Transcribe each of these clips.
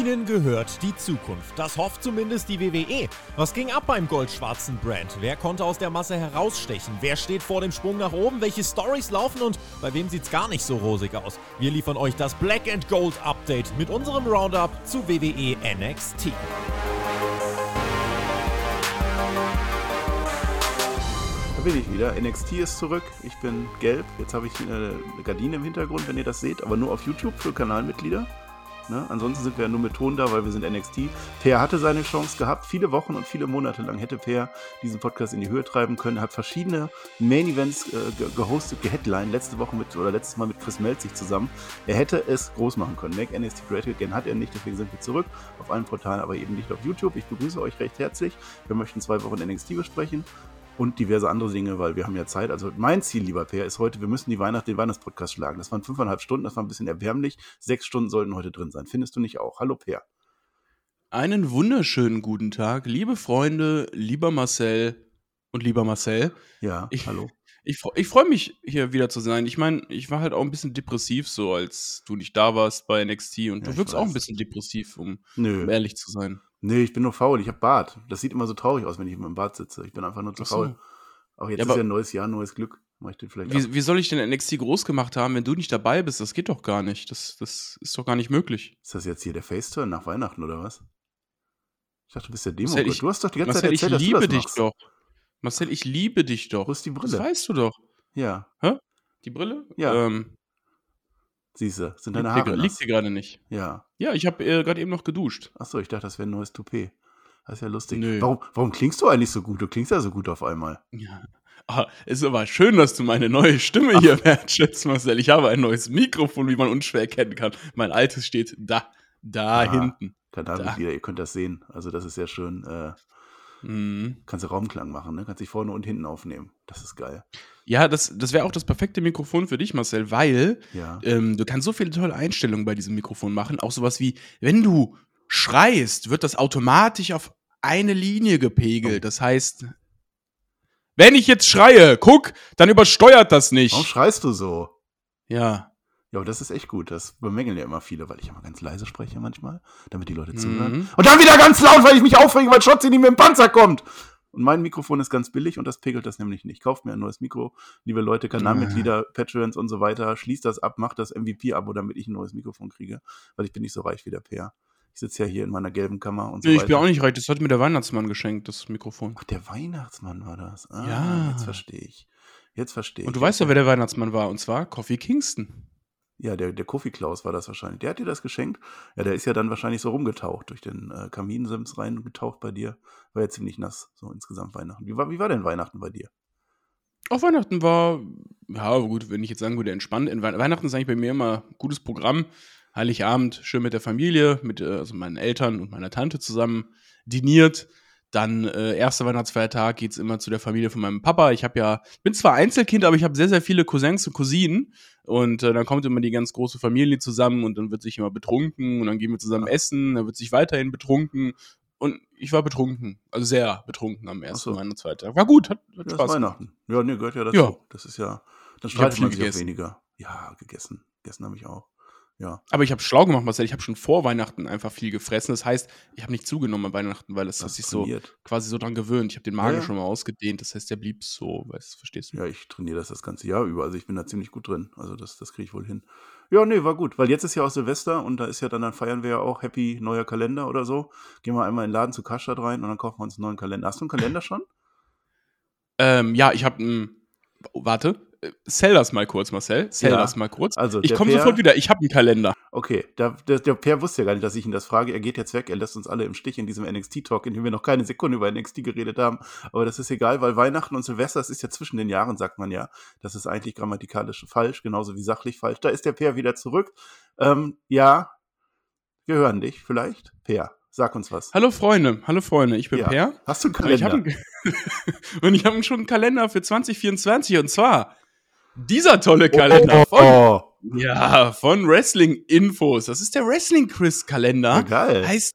Ihnen gehört die Zukunft. Das hofft zumindest die WWE. Was ging ab beim goldschwarzen Brand? Wer konnte aus der Masse herausstechen? Wer steht vor dem Sprung nach oben? Welche Storys laufen und bei wem sieht's gar nicht so rosig aus? Wir liefern euch das Black and Gold Update mit unserem Roundup zu WWE NXT. Da bin ich wieder. NXT ist zurück. Ich bin gelb. Jetzt habe ich eine Gardine im Hintergrund, wenn ihr das seht, aber nur auf YouTube für Kanalmitglieder. Ne? Ansonsten sind wir ja nur mit Ton da, weil wir sind NXT. Per hatte seine Chance gehabt. Viele Wochen und viele Monate lang hätte Per diesen Podcast in die Höhe treiben können. Er hat verschiedene Main-Events gehostet, geheadlined. Letztes Mal mit Chris Melzig zusammen. Er hätte es groß machen können. Make NXT Great Again hat er nicht, deswegen sind wir zurück auf allen Portalen, aber eben nicht auf YouTube. Ich begrüße euch recht herzlich. Wir möchten 2 Wochen NXT besprechen. Und diverse andere Dinge, weil wir haben ja Zeit. Also mein Ziel, lieber Per, ist heute, wir müssen den Weihnachtspodcast schlagen. Das waren 5,5 Stunden, das war ein bisschen erbärmlich. 6 Stunden sollten heute drin sein. Findest du nicht auch? Hallo Per. Einen wunderschönen guten Tag, liebe Freunde, lieber Marcel und lieber Marcel. Ja, hallo. Ich freue mich, hier wieder zu sein. Ich meine, ich war halt auch ein bisschen depressiv, so als du nicht da warst bei NXT. Und Ja, du wirkst auch ein bisschen depressiv, um ehrlich zu sein. Nee, ich bin nur faul. Ich habe Bart. Das sieht immer so traurig aus, wenn ich im Bart sitze. Ich bin einfach nur zu faul. Auch jetzt ist ja ein neues Jahr, neues Glück. Mach ich den vielleicht wie soll ich denn NXT groß gemacht haben, wenn du nicht dabei bist? Das geht doch gar nicht. Das ist doch gar nicht möglich. Ist das jetzt hier der Face-Turn nach Weihnachten oder was? Ich dachte, du bist der Demo. Marcel, du hast doch die ganze Marcel, Zeit erzählt, ich liebe dass du das dich machst. doch. Marcel, ich liebe dich doch. Wo ist die Brille? Das weißt du doch. Ja. Hä? Die Brille? Ja. Siehst du, sind deine Haare liegt dir gerade nicht. Ja. Ja, ich habe gerade eben noch geduscht. Achso, ich dachte, das wäre ein neues Toupet. Das ist ja lustig. Nö. Warum klingst du eigentlich so gut? Du klingst ja so gut auf einmal. Ja. Ist aber schön, dass du meine neue Stimme hier wertschätzt, Marcel. Ich habe ein neues Mikrofon, wie man unschwer erkennen kann. Mein altes steht da hinten. Kanalmitglieder, ihr könnt das sehen. Also das ist ja schön. Kannst du Raumklang machen, ne? Kannst dich vorne und hinten aufnehmen. Das ist geil. Ja, das wäre auch das perfekte Mikrofon für dich, Marcel, weil Ja. Du kannst so viele tolle Einstellungen bei diesem Mikrofon machen. Auch sowas wie, wenn du schreist, wird das automatisch auf eine Linie gepegelt. Das heißt, wenn ich jetzt schreie, guck, dann übersteuert das nicht. Warum schreist du so? Ja. Ja, aber das ist echt gut. Das bemängeln ja immer viele, weil ich immer ganz leise spreche manchmal, damit die Leute zuhören. Und dann wieder ganz laut, weil ich mich aufrege, weil Schotzi nicht mit dem Panzer kommt. Und mein Mikrofon ist ganz billig und das pegelt das nämlich nicht. Kauft mir ein neues Mikro. Liebe Leute, Kanalmitglieder, Patreons und so weiter, schließt das ab, macht das MVP-Abo, damit ich ein neues Mikrofon kriege, weil ich bin nicht so reich wie der Per. Ich sitze ja hier in meiner gelben Kammer und so weiter. Ich bin auch nicht reich, das hat mir der Weihnachtsmann geschenkt, das Mikrofon. Ach, der Weihnachtsmann war das. Ja. Jetzt verstehe ich. Und du weißt ja, wer der Weihnachtsmann war, und zwar Kofi Kingston. Ja, der Kofi Klaus war das wahrscheinlich. Der hat dir das geschenkt. Ja, der ist ja dann wahrscheinlich so rumgetaucht, durch den Kaminsims reingetaucht bei dir. War ja ziemlich nass, so insgesamt Weihnachten. Wie war denn Weihnachten bei dir? Auch Weihnachten war, ja gut, wenn ich jetzt sagen würde, entspannt. Weihnachten ist eigentlich bei mir immer ein gutes Programm. Heiligabend schön mit der Familie, mit also meinen Eltern und meiner Tante zusammen diniert. Dann erster Weihnachtsfeiertag geht's immer zu der Familie von meinem Papa. Bin zwar Einzelkind, aber ich habe sehr, sehr viele Cousins und Cousinen. Und dann kommt immer die ganz große Familie zusammen und dann wird sich immer betrunken und dann gehen wir zusammen essen, dann wird sich weiterhin betrunken. Und ich war betrunken, also sehr betrunken am ersten Weihnachtsfeiertag. War gut, hat Das Spaß ist Weihnachten. Ja, nee, gehört ja dazu. Ja. Das ist ja, dann streitet man sich auch gegessen. weniger. Ja, gegessen. Gegessen habe ich auch. Ja. Aber ich habe schlau gemacht, Marcel. Ich habe schon vor Weihnachten einfach viel gefressen. Das heißt, ich habe nicht zugenommen an Weihnachten, weil es hat sich so quasi so dran gewöhnt. Ich habe den Magen schon mal ausgedehnt. Das heißt, der blieb so, verstehst du? Ja, ich trainiere das ganze Jahr über. Also ich bin da ziemlich gut drin. Also das kriege ich wohl hin. Ja, nee, war gut. Weil jetzt ist ja auch Silvester und da ist ja dann feiern wir ja auch Happy neuer Kalender oder so. Gehen wir einmal in den Laden zu Kaschat rein und dann kaufen wir uns einen neuen Kalender. Hast du einen Kalender schon? Ja, ich habe warte. Zähl das mal kurz, Marcel. Das mal kurz. Also ich komme sofort wieder. Ich habe einen Kalender. Okay, der Per wusste ja gar nicht, dass ich ihn das frage. Er geht jetzt weg. Er lässt uns alle im Stich in diesem NXT-Talk, in dem wir noch keine Sekunde über NXT geredet haben. Aber das ist egal, weil Weihnachten und Silvester, das ist ja zwischen den Jahren, sagt man ja. Das ist eigentlich grammatikalisch falsch, genauso wie sachlich falsch. Da ist der Per wieder zurück. Ja, wir hören dich vielleicht. Per, sag uns was. Hallo Freunde, ich bin Per. Hast du einen Kalender? Ich habe schon einen Kalender für 2024 und zwar dieser tolle Kalender von Wrestling Infos. Das ist der Wrestling Quiz Kalender. Ja, geil. Heißt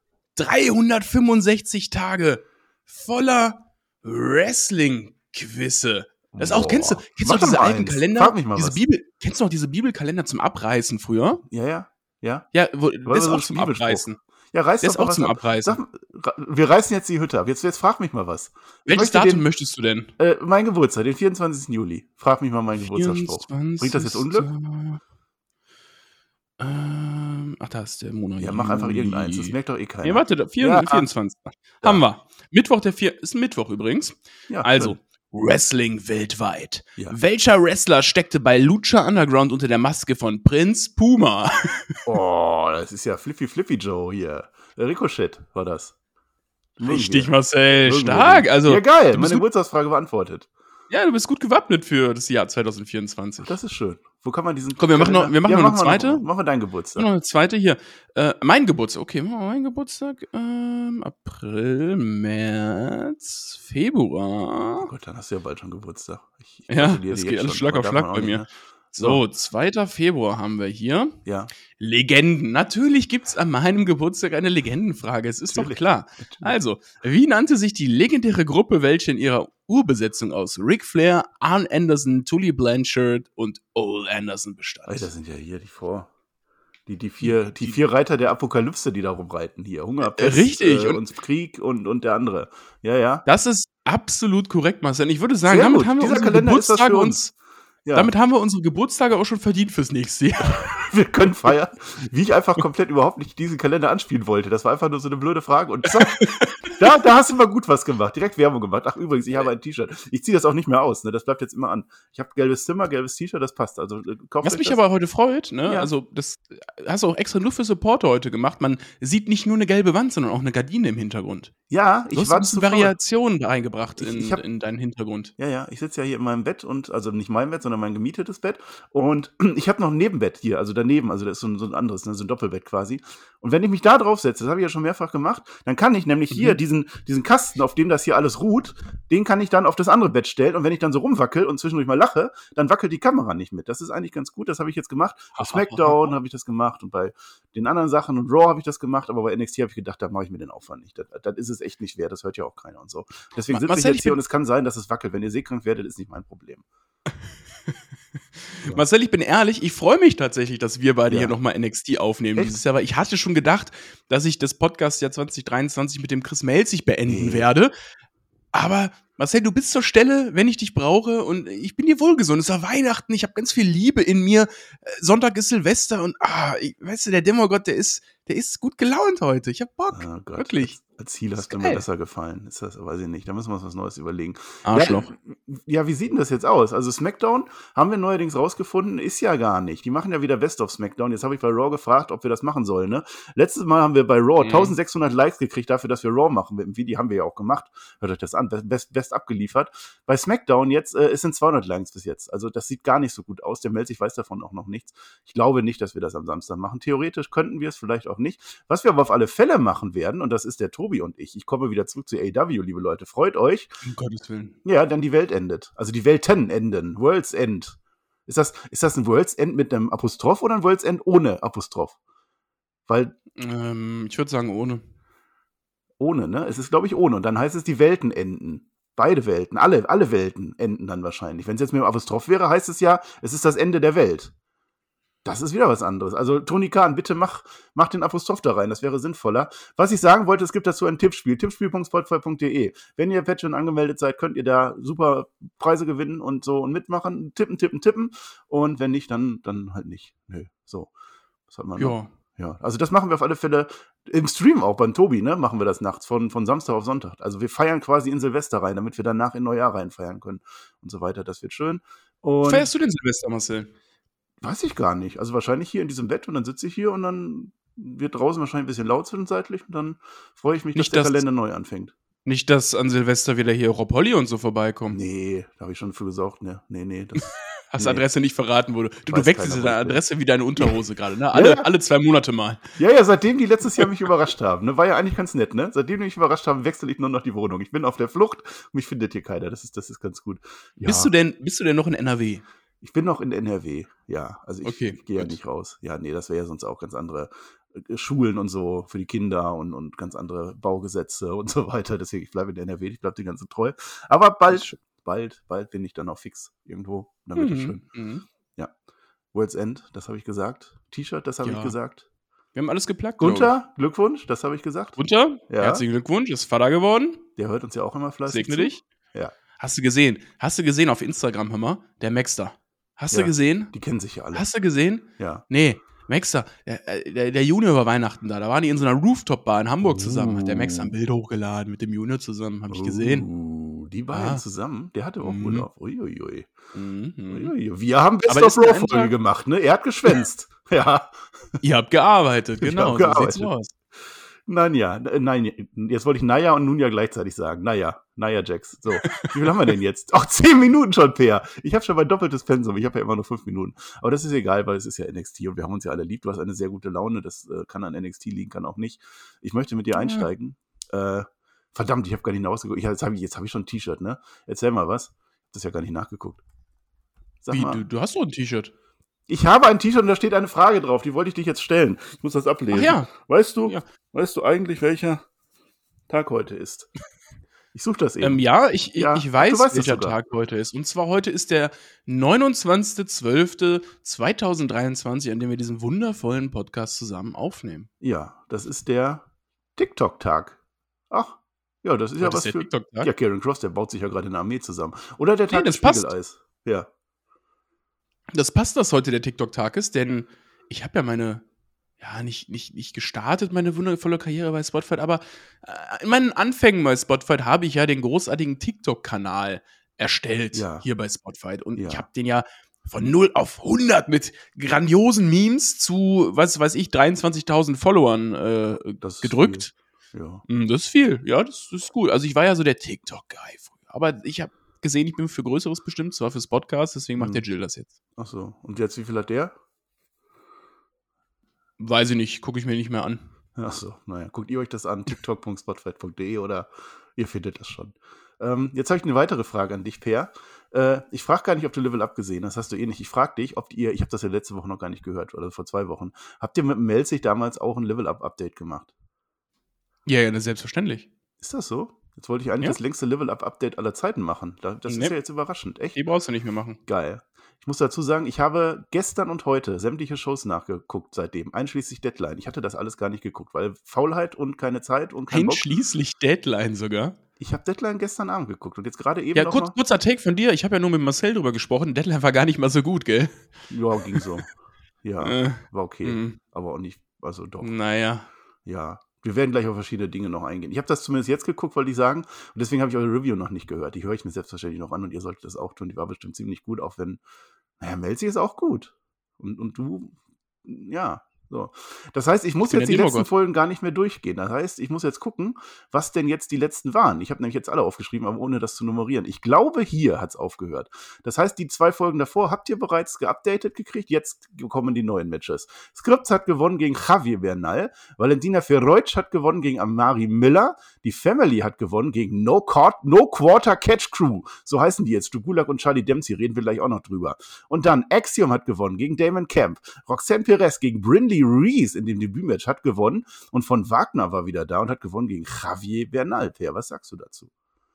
365 Tage voller Wrestling Quizze. Das auch, kennst du diese alten Kalender? Frag mich mal was. Kennst du noch diese Bibelkalender zum Abreißen früher? Ja. Ja, das ist auch zum Abreißen. Ja, reiß Der doch ist mal auch was zum ab. Abreißen. Wir reißen jetzt die Hütte ab. Jetzt frag mich mal was. Welches Datum möchtest du denn? Mein Geburtstag, den 24. Juli. Frag mich mal meinen Geburtstagsspruch. 24. Bringt das jetzt Unglück? Ach, da ist der Monat. Ja, mach einfach irgendeins. Das merkt doch eh keiner. Nee, warte, 24. Haben wir. Mittwoch, ist ein Mittwoch übrigens. Ja, also, schön. Wrestling weltweit. Ja. Welcher Wrestler steckte bei Lucha Underground unter der Maske von Prinz Puma? Oh, das ist ja Flippy Joe hier. Der Ricochet war das. Richtig, Marcel. Mögen wir Stark. den. Also, ja, geil. du Meine bist gut, Geburtstagsfrage beantwortet. ja, du bist gut gewappnet für das Jahr 2024. Das ist schön. Wo kann man diesen... Komm, wir machen noch eine zweite. Machen wir deinen Geburtstag. Noch eine zweite hier. Mein Geburtstag. Okay, machen wir meinen Geburtstag. April, März, Februar. Oh Gott, dann hast du ja bald schon Geburtstag. Ja, das geht alles Schlag auf Schlag bei mir. Ne? So, 2. Februar haben wir hier. Ja. Legenden. Natürlich gibt es an meinem Geburtstag eine Legendenfrage. Es ist doch klar. Natürlich. Also, wie nannte sich die legendäre Gruppe, welche in ihrer Urbesetzung aus Ric Flair, Arn Anderson, Tully Blanchard und Ole Anderson bestand? Das sind ja hier die vier Reiter der Apokalypse, die da rumreiten hier. Hunger, Pest, Richtig. und Krieg und der andere. Ja, ja. Das ist absolut korrekt, Marcel. Ich würde sagen, Sehr damit gut. haben wir Dieser unsere Kalender ist was Geburtstage für uns. Ja. Damit haben wir unsere Geburtstage auch schon verdient fürs nächste Jahr. Wir können feiern, wie ich einfach komplett überhaupt nicht diesen Kalender anspielen wollte. Das war einfach nur so eine blöde Frage. Und zack, da hast du mal gut was gemacht. Direkt Werbung gemacht. Ach, übrigens, ich habe ein T-Shirt. Ich ziehe das auch nicht mehr aus. Ne? Das bleibt jetzt immer an. Ich habe gelbes Zimmer, gelbes T-Shirt, das passt. Also was mich aber heute freut, ne? Ja. Also das hast du auch extra nur für Supporter heute gemacht. Man sieht nicht nur eine gelbe Wand, sondern auch eine Gardine im Hintergrund. Ja, du hast ein bisschen Variation eingebracht in deinen Hintergrund. Ja, ich sitze ja hier in meinem Bett und, also nicht mein Bett, sondern mein gemietetes Bett. Und ich habe noch ein Nebenbett hier, also daneben, also das ist so ein anderes, ne, so ein Doppelbett quasi. Und wenn ich mich da drauf setze, das habe ich ja schon mehrfach gemacht, dann kann ich nämlich hier diesen Kasten, auf dem das hier alles ruht, den kann ich dann auf das andere Bett stellen. Und wenn ich dann so rumwackel und zwischendurch mal lache, dann wackelt die Kamera nicht mit. Das ist eigentlich ganz gut, das habe ich jetzt gemacht. Bei SmackDown habe ich das gemacht und bei den anderen Sachen und Raw habe ich das gemacht, aber bei NXT habe ich gedacht, da mache ich mir den Aufwand nicht. Das ist es echt nicht wert, das hört ja auch keiner und so. Deswegen sitze ich jetzt hier und es kann sein, dass es wackelt. Wenn ihr seekrank werdet, ist nicht mein Problem. Ja. Marcel, ich bin ehrlich, ich freue mich tatsächlich, dass wir beide hier nochmal NXT aufnehmen dieses Jahr, weil ich hatte schon gedacht, dass ich das Podcast-Jahr 2023 mit dem Chris Melzig beenden werde. Aber Marcel, du bist zur Stelle, wenn ich dich brauche und ich bin dir wohlgesonnen. Es war Weihnachten, ich habe ganz viel Liebe in mir. Sonntag ist Silvester und weißt du, der Dämmergott, der ist gut gelaunt heute. Ich hab Bock, wirklich. Als Ziel hast du mir besser gefallen. Ist das, weiß ich nicht. Da müssen wir uns was Neues überlegen. Arschloch. Ja, wie sieht denn das jetzt aus? Also SmackDown haben wir neuerdings rausgefunden, ist ja gar nicht. Die machen ja wieder Best of SmackDown. Jetzt habe ich bei Raw gefragt, ob wir das machen sollen. Ne? Letztes Mal haben wir bei Raw 1600 Likes gekriegt dafür, dass wir Raw machen. Die haben wir ja auch gemacht. Hört euch das an. Best abgeliefert. Bei SmackDown jetzt es sind 200 Likes bis jetzt. Also das sieht gar nicht so gut aus. Der Melzig weiß davon auch noch nichts. Ich glaube nicht, dass wir das am Samstag machen. Theoretisch könnten wir es, vielleicht auch nicht. Was wir aber auf alle Fälle machen werden, und das ist der Tobi und ich komme wieder zurück zu AEW, liebe Leute. Freut euch. Um Gottes Willen. Ja, dann die Welt endet. Also die Welten enden. World's End. Ist das ein World's End mit einem Apostroph oder ein World's End ohne Apostroph? Weil ich würde sagen ohne. Ohne, ne? Es ist, glaube ich, ohne. Und dann heißt es, die Welten enden. Beide Welten, alle Welten enden dann wahrscheinlich. Wenn es jetzt mit dem Apostroph wäre, heißt es ja, es ist das Ende der Welt. Das ist wieder was anderes. Also, Tony Khan, bitte mach den Apostroph da rein. Das wäre sinnvoller. Was ich sagen wollte, es gibt dazu ein Tippspiel. Tippspiel.spotify.de. Wenn ihr Patreon angemeldet seid, könnt ihr da super Preise gewinnen und so und mitmachen. Tippen. Und wenn nicht, dann halt nicht. Nö. So. Was hat man noch? Ja. Also, das machen wir auf alle Fälle im Stream auch beim Tobi, ne? Machen wir das nachts von Samstag auf Sonntag. Also, wir feiern quasi in Silvester rein, damit wir danach in Neujahr rein feiern können und so weiter. Das wird schön. Und feierst du denn Silvester, Marcel? Weiß ich gar nicht. Also wahrscheinlich hier in diesem Bett und dann sitze ich hier und dann wird draußen wahrscheinlich ein bisschen laut zwischenzeitlich und dann freue ich mich, dass der Kalender neu anfängt. Nicht, dass an Silvester wieder hier Rob Holly und so vorbeikommen. Nee, da habe ich schon für gesorgt, ne? Nee. Hast Adresse nicht verraten, wo du wechselst deine Adresse wie deine Unterhose gerade, ne? Alle 2 Monate mal. Ja, seitdem die letztes Jahr mich überrascht haben, ne? War ja eigentlich ganz nett, ne? Seitdem die mich überrascht haben, wechsle ich nur noch die Wohnung. Ich bin auf der Flucht und mich findet hier keiner. Das ist ganz gut. Ja. Bist du denn noch in NRW? Ich bin noch in NRW, ja. Also ich gehe ja gut. nicht raus. Ja, nee, das wäre ja sonst auch ganz andere Schulen und so für die Kinder und ganz andere Baugesetze und so weiter. Deswegen, ich bleibe in NRW, ich bleibe den ganzen treu. Aber bald bin ich dann auch fix irgendwo. Dann wird es schön. Ja. World's End, das habe ich gesagt. T-Shirt, das habe ich gesagt. Wir haben alles geplagt. glaub ich. Gunther, Glückwunsch, das habe ich gesagt. Gunther, Ja. herzlichen Glückwunsch, ist Vater geworden. Der hört uns ja auch immer fleißig Segne zu. dich. Ja, Hast du gesehen auf Instagram, hör mal, der Maxter. Hast Ja. du gesehen? die kennen sich ja alle. Hast du gesehen? Ja. Nee, Maxter, der Junior war Weihnachten da. Da waren die in so einer Rooftop-Bar in Hamburg zusammen. Hat der Maxter ein Bild hochgeladen mit dem Junior zusammen, habe ich gesehen. Die beiden Ah. zusammen, der hatte auch Urlaub. Uiuiui. Mhm. Uiuiui. Wir haben Best Aber of das ist der Raw-Folge Eintrag- gemacht, ne? Er hat geschwänzt. Ja. Ihr habt gearbeitet, Ich genau. hab gearbeitet. So sieht's aus. Nein, jetzt wollte ich Naya und nun ja gleichzeitig sagen. Naya Jax. So, wie viel haben wir denn jetzt? Ach, 10 Minuten schon, Per. Ich habe schon mein doppeltes Pensum. Ich habe ja immer nur 5 Minuten. Aber das ist egal, weil es ist ja NXT und wir haben uns ja alle lieb. Du hast eine sehr gute Laune. Das kann an NXT liegen, kann auch nicht. Ich möchte mit dir einsteigen. Verdammt, ich habe gar nicht hinausgeguckt. Jetzt hab ich schon ein T-Shirt, ne? Erzähl mal was. Ich habe das ja gar nicht nachgeguckt. Sag Wie, mal. du hast doch ein T-Shirt. Ich habe ein T-Shirt und da steht eine Frage drauf. Die wollte ich dich jetzt stellen. Ich muss das ablesen. Ach ja. Weißt du? Ja. Weißt du eigentlich, welcher Tag heute ist? Ich suche das eben. Ja, ich Ja, weiß, du weißt es welcher sogar. Tag heute ist. Und zwar heute ist der 29.12.2023, an dem wir diesen wundervollen Podcast zusammen aufnehmen. Ja, das ist der TikTok-Tag. Ach, ja, das ist ja Heute was ist der für... TikTok-Tag. Ja, Karen Cross, der baut sich ja gerade eine Armee zusammen. Oder der Tag Nee, des das passt. Spiegeleis. Ja. Das passt, dass heute der TikTok-Tag ist, denn ich habe ja nicht gestartet, meine wundervolle Karriere bei Spotify, aber in meinen Anfängen bei Spotify habe ich ja den großartigen TikTok-Kanal erstellt, Ja. hier bei Spotify. Und Ja. ich habe den ja von 0 auf 100 mit grandiosen Memes zu, was weiß ich, 23.000 Followern Das ist gedrückt. viel. Ja. Das ist viel, ja, das ist gut. Also ich war ja so der TikTok-Guy früher. Aber ich habe gesehen, ich bin für Größeres bestimmt, zwar fürs Podcast, deswegen macht der Jill das jetzt. Ach so. Und jetzt, wie viel hat der? Weiß ich nicht, gucke ich mir nicht mehr an. Ach so, naja, guckt ihr euch das an, tiktok.spotify.de oder ihr findet das schon. Jetzt habe ich eine weitere Frage an dich, Per. Ich frage gar nicht, ob du Level Up gesehen hast, hast du eh nicht. Ich frage dich, ob ihr, ich habe das ja letzte Woche noch gar nicht gehört, oder vor 2 Wochen, habt ihr mit Melzig damals auch ein Level Up Update gemacht? Ja, selbstverständlich. Ist das so? Jetzt wollte ich eigentlich Ja. das längste Level Up Update aller Zeiten machen. Das ist Nee. ja jetzt überraschend, echt Die brauchst du nicht mehr machen. geil. Ich muss dazu sagen, ich habe gestern und heute sämtliche Shows nachgeguckt seitdem, einschließlich Deadline. Ich hatte das alles gar nicht geguckt, weil Faulheit und keine Zeit und kein Bock. Einschließlich Deadline sogar. Ich habe Deadline gestern Abend geguckt und jetzt gerade eben Ja, noch mal. kurzer Take von dir. Ich habe ja nur mit Marcel drüber gesprochen. Deadline war gar nicht mal so gut, gell? Ja, ging so. Ja, Äh, war okay. mm. Aber auch nicht, also doch. Naja. Ja, wir werden gleich auf verschiedene Dinge noch eingehen. Ich habe das zumindest jetzt geguckt, wollte ich sagen. Und deswegen habe ich eure Review noch nicht gehört. Die höre ich mir selbstverständlich noch an und ihr solltet das auch tun. Die war bestimmt ziemlich gut, auch wenn, Melzi ist auch gut. Und du, ja, so. Das heißt, ich muss Ich bin jetzt der die letzten Demogod. Folgen gar nicht mehr durchgehen. Das heißt, ich muss jetzt gucken, was denn jetzt die letzten waren. Ich habe nämlich jetzt alle aufgeschrieben, aber ohne das zu nummerieren. Ich glaube, hier hat es aufgehört. Das heißt, die 2 Folgen davor habt ihr bereits geupdatet gekriegt. Jetzt kommen die neuen Matches. Scripps hat gewonnen gegen Javier Bernal. Valentina Ferroich hat gewonnen gegen Amari Miller. Die Family hat gewonnen gegen No Quarter Catch Crew. So heißen die jetzt. Stugulak und Charlie Dempsey. Reden wir gleich auch noch drüber. Und dann Axiom hat gewonnen gegen Damon Camp. Roxanne Perez gegen Brindley Reese in dem Debütmatch hat gewonnen. Und von Wagner war wieder da und hat gewonnen gegen Javier Bernal. Per, was sagst du dazu?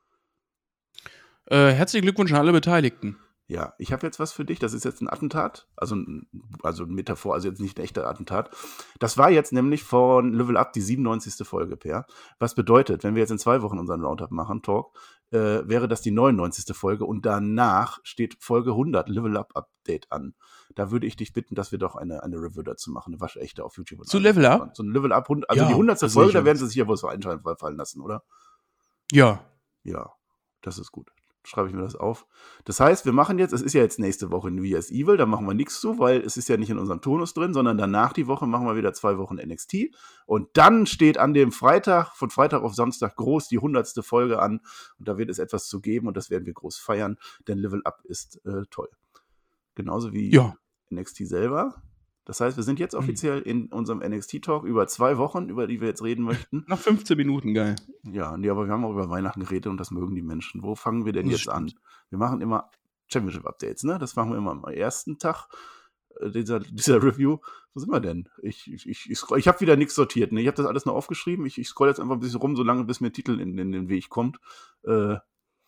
Herzlichen Glückwunsch an alle Beteiligten. Ja, ich habe jetzt was für dich. Das ist jetzt ein Attentat. Also ein Metaphor, also jetzt nicht ein echter Attentat. Das war jetzt nämlich von Level Up die 97. Folge, Per. Was bedeutet, wenn wir jetzt in 2 Wochen unseren Roundup machen, Talk, wäre das die 99. Folge und danach steht Folge 100 Level Up Update an. Da würde ich dich bitten, dass wir doch eine Review dazu machen, eine waschechte auf YouTube. Zu Level Up? So ein Level Up, also Ja, die 100. das Folge, sehe ich da werden uns. sie sich ja wohl so einfallen lassen, oder? Ja. Ja, das ist gut. Schreibe ich mir das auf. Das heißt, wir machen jetzt, es ist ja jetzt nächste Woche New Year's Evil, da machen wir nichts zu, weil es ist ja nicht in unserem Turnus drin, sondern danach die Woche machen wir wieder 2 Wochen NXT und dann steht an dem Freitag, von Freitag auf Samstag groß die 100. Folge an und da wird es etwas zu geben und das werden wir groß feiern, denn Level Up ist toll. Genauso wie Ja. NXT selber. Das heißt, wir sind jetzt offiziell in unserem NXT-Talk über 2 Wochen, über die wir jetzt reden möchten. Nach 15 Minuten, geil. Ja, nee, aber wir haben auch über Weihnachten geredet und das mögen die Menschen. Wo fangen wir denn Das jetzt an? stimmt. Wir machen immer Championship-Updates, ne? Das machen wir immer am ersten Tag dieser Review. Wo sind wir denn? Ich habe wieder nichts sortiert, ne? Ich habe das alles noch aufgeschrieben. Ich scroll jetzt einfach ein bisschen rum, solange bis mir ein Titel in den Weg kommt.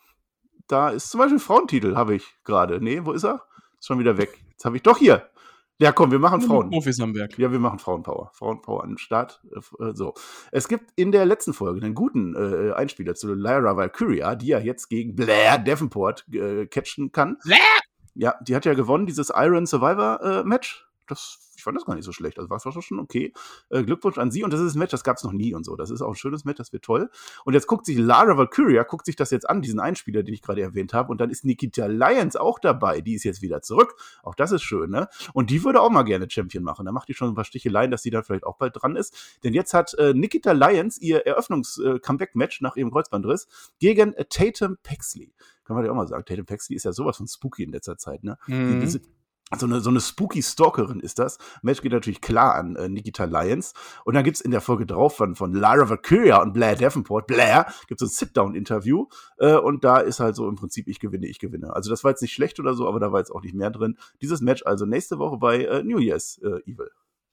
Da ist zum Beispiel ein Frauentitel, habe ich gerade. Nee, wo ist er? Ist schon wieder weg. Jetzt habe ich doch hier. Ja, komm, wir machen Frauen. Profis am Werk. Ja, wir machen Frauenpower. Frauenpower an den Start. So. Es gibt in der letzten Folge einen guten Einspieler zu Lyra Valkyria, die ja jetzt gegen Blair Davenport catchen kann. Blair! Ja, die hat ja gewonnen, dieses Iron Survivor Match. Ich fand das gar nicht so schlecht. Also war es schon okay. Glückwunsch an sie. Und das ist ein Match, das gab es noch nie und so. Das ist auch ein schönes Match, das wird toll. Und jetzt guckt sich Lyra Valkyria, das jetzt an, diesen Einspieler, den ich gerade erwähnt habe. Und dann ist Nikita Lyons auch dabei. Die ist jetzt wieder zurück. Auch das ist schön, ne? Und die würde auch mal gerne Champion machen. Da macht die schon ein paar Sticheleien, dass sie dann vielleicht auch bald dran ist. Denn jetzt hat Nikita Lyons ihr Eröffnungs-Comeback-Match nach ihrem Kreuzbandriss gegen Tatum Paxley. Kann man ja auch mal sagen. Tatum Paxley ist ja sowas von spooky in letzter Zeit, ne? So eine spooky Stalkerin ist das. Match geht natürlich klar an Nikita Lyons. Und dann gibt's in der Folge drauf von Lyra Valkyria und Blair Davenport, gibt's so ein Sit-Down-Interview. Und da ist halt so im Prinzip, ich gewinne. Also das war jetzt nicht schlecht oder so, aber da war jetzt auch nicht mehr drin. Dieses Match also nächste Woche bei New Year's Evil.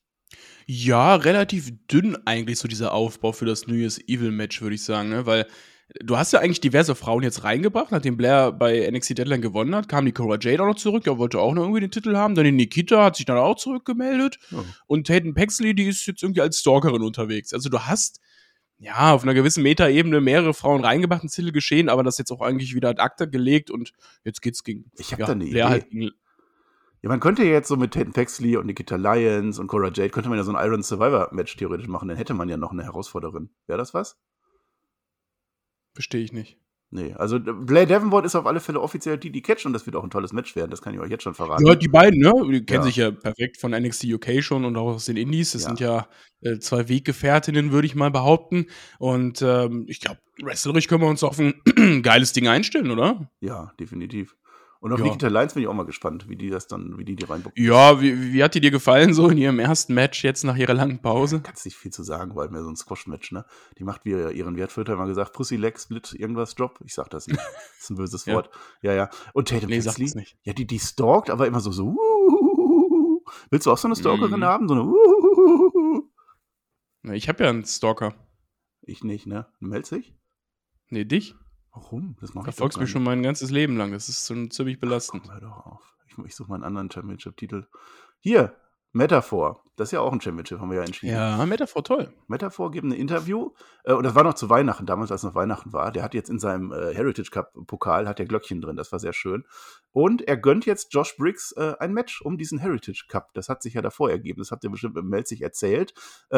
Ja, relativ dünn eigentlich so dieser Aufbau für das New Year's Evil-Match, würde ich sagen, ne? Weil du hast ja eigentlich diverse Frauen jetzt reingebracht, nachdem Blair bei NXT Deadline gewonnen hat, kam die Cora Jade auch noch zurück, der wollte auch noch irgendwie den Titel haben, dann die Nikita hat sich dann auch zurückgemeldet und Tatum Paxley, die ist jetzt irgendwie als Stalkerin unterwegs. Also du hast ja auf einer gewissen Metaebene mehrere Frauen reingebracht ins Titelgeschehen, aber das ist jetzt auch eigentlich wieder ad acta gelegt und jetzt geht's gegen Ich habe da eine Blair Idee. halt gegen Ja, man könnte ja jetzt so mit Tatum Paxley und Nikita Lyons und Cora Jade, könnte man ja so ein Iron Survivor Match theoretisch machen, dann hätte man ja noch eine Herausforderin. Wäre das was? Verstehe ich nicht. Nee, also Blair Davenport ist auf alle Fälle offiziell die catchen und das wird auch ein tolles Match werden, das kann ich euch jetzt schon verraten. Ja, die beiden, ne? Die kennen sich ja perfekt von NXT UK schon und auch aus den Indies. Das sind ja zwei Weggefährtinnen, würde ich mal behaupten. Und ich glaube, wrestlerisch können wir uns auf ein geiles Ding einstellen, oder? Ja, definitiv. Und auf Nikita Lyons bin ich auch mal gespannt, wie die reinbucken. Ja, wie hat die dir gefallen so in ihrem ersten Match jetzt nach ihrer langen Pause? Kannst nicht viel zu sagen, weil mir so ein Squash-Match, ne? Die macht, wie ihren Wertführer mal gesagt, Pussy, Leg, Split, irgendwas, Drop. Ich sag das nicht. Das ist ein böses Wort. Ja. Und Tatum Paxley, ja, die stalkt, aber immer so, Willst du auch so eine Stalkerin haben? So eine Na, ich habe ja einen Stalker. Ich nicht, ne? Du meldest dich? Nee, dich? Warum? Das mache ich doch verfolgst mich schon mein ganzes Leben lang. Das ist schon ziemlich belastend. Komm, hör doch auf. Ich suche mal einen anderen Championship-Titel. Hier, Metaphor. Das ist ja auch ein Championship, haben wir ja entschieden. Ja, Metaphor, toll. Metaphor geben ein Interview. Und das war noch zu Weihnachten, damals, als noch Weihnachten war. Der hat jetzt in seinem Heritage Cup-Pokal, hat der Glöckchen drin. Das war sehr schön. Und er gönnt jetzt Josh Briggs ein Match um diesen Heritage Cup. Das hat sich ja davor ergeben. Das habt ihr bestimmt im Melzig erzählt.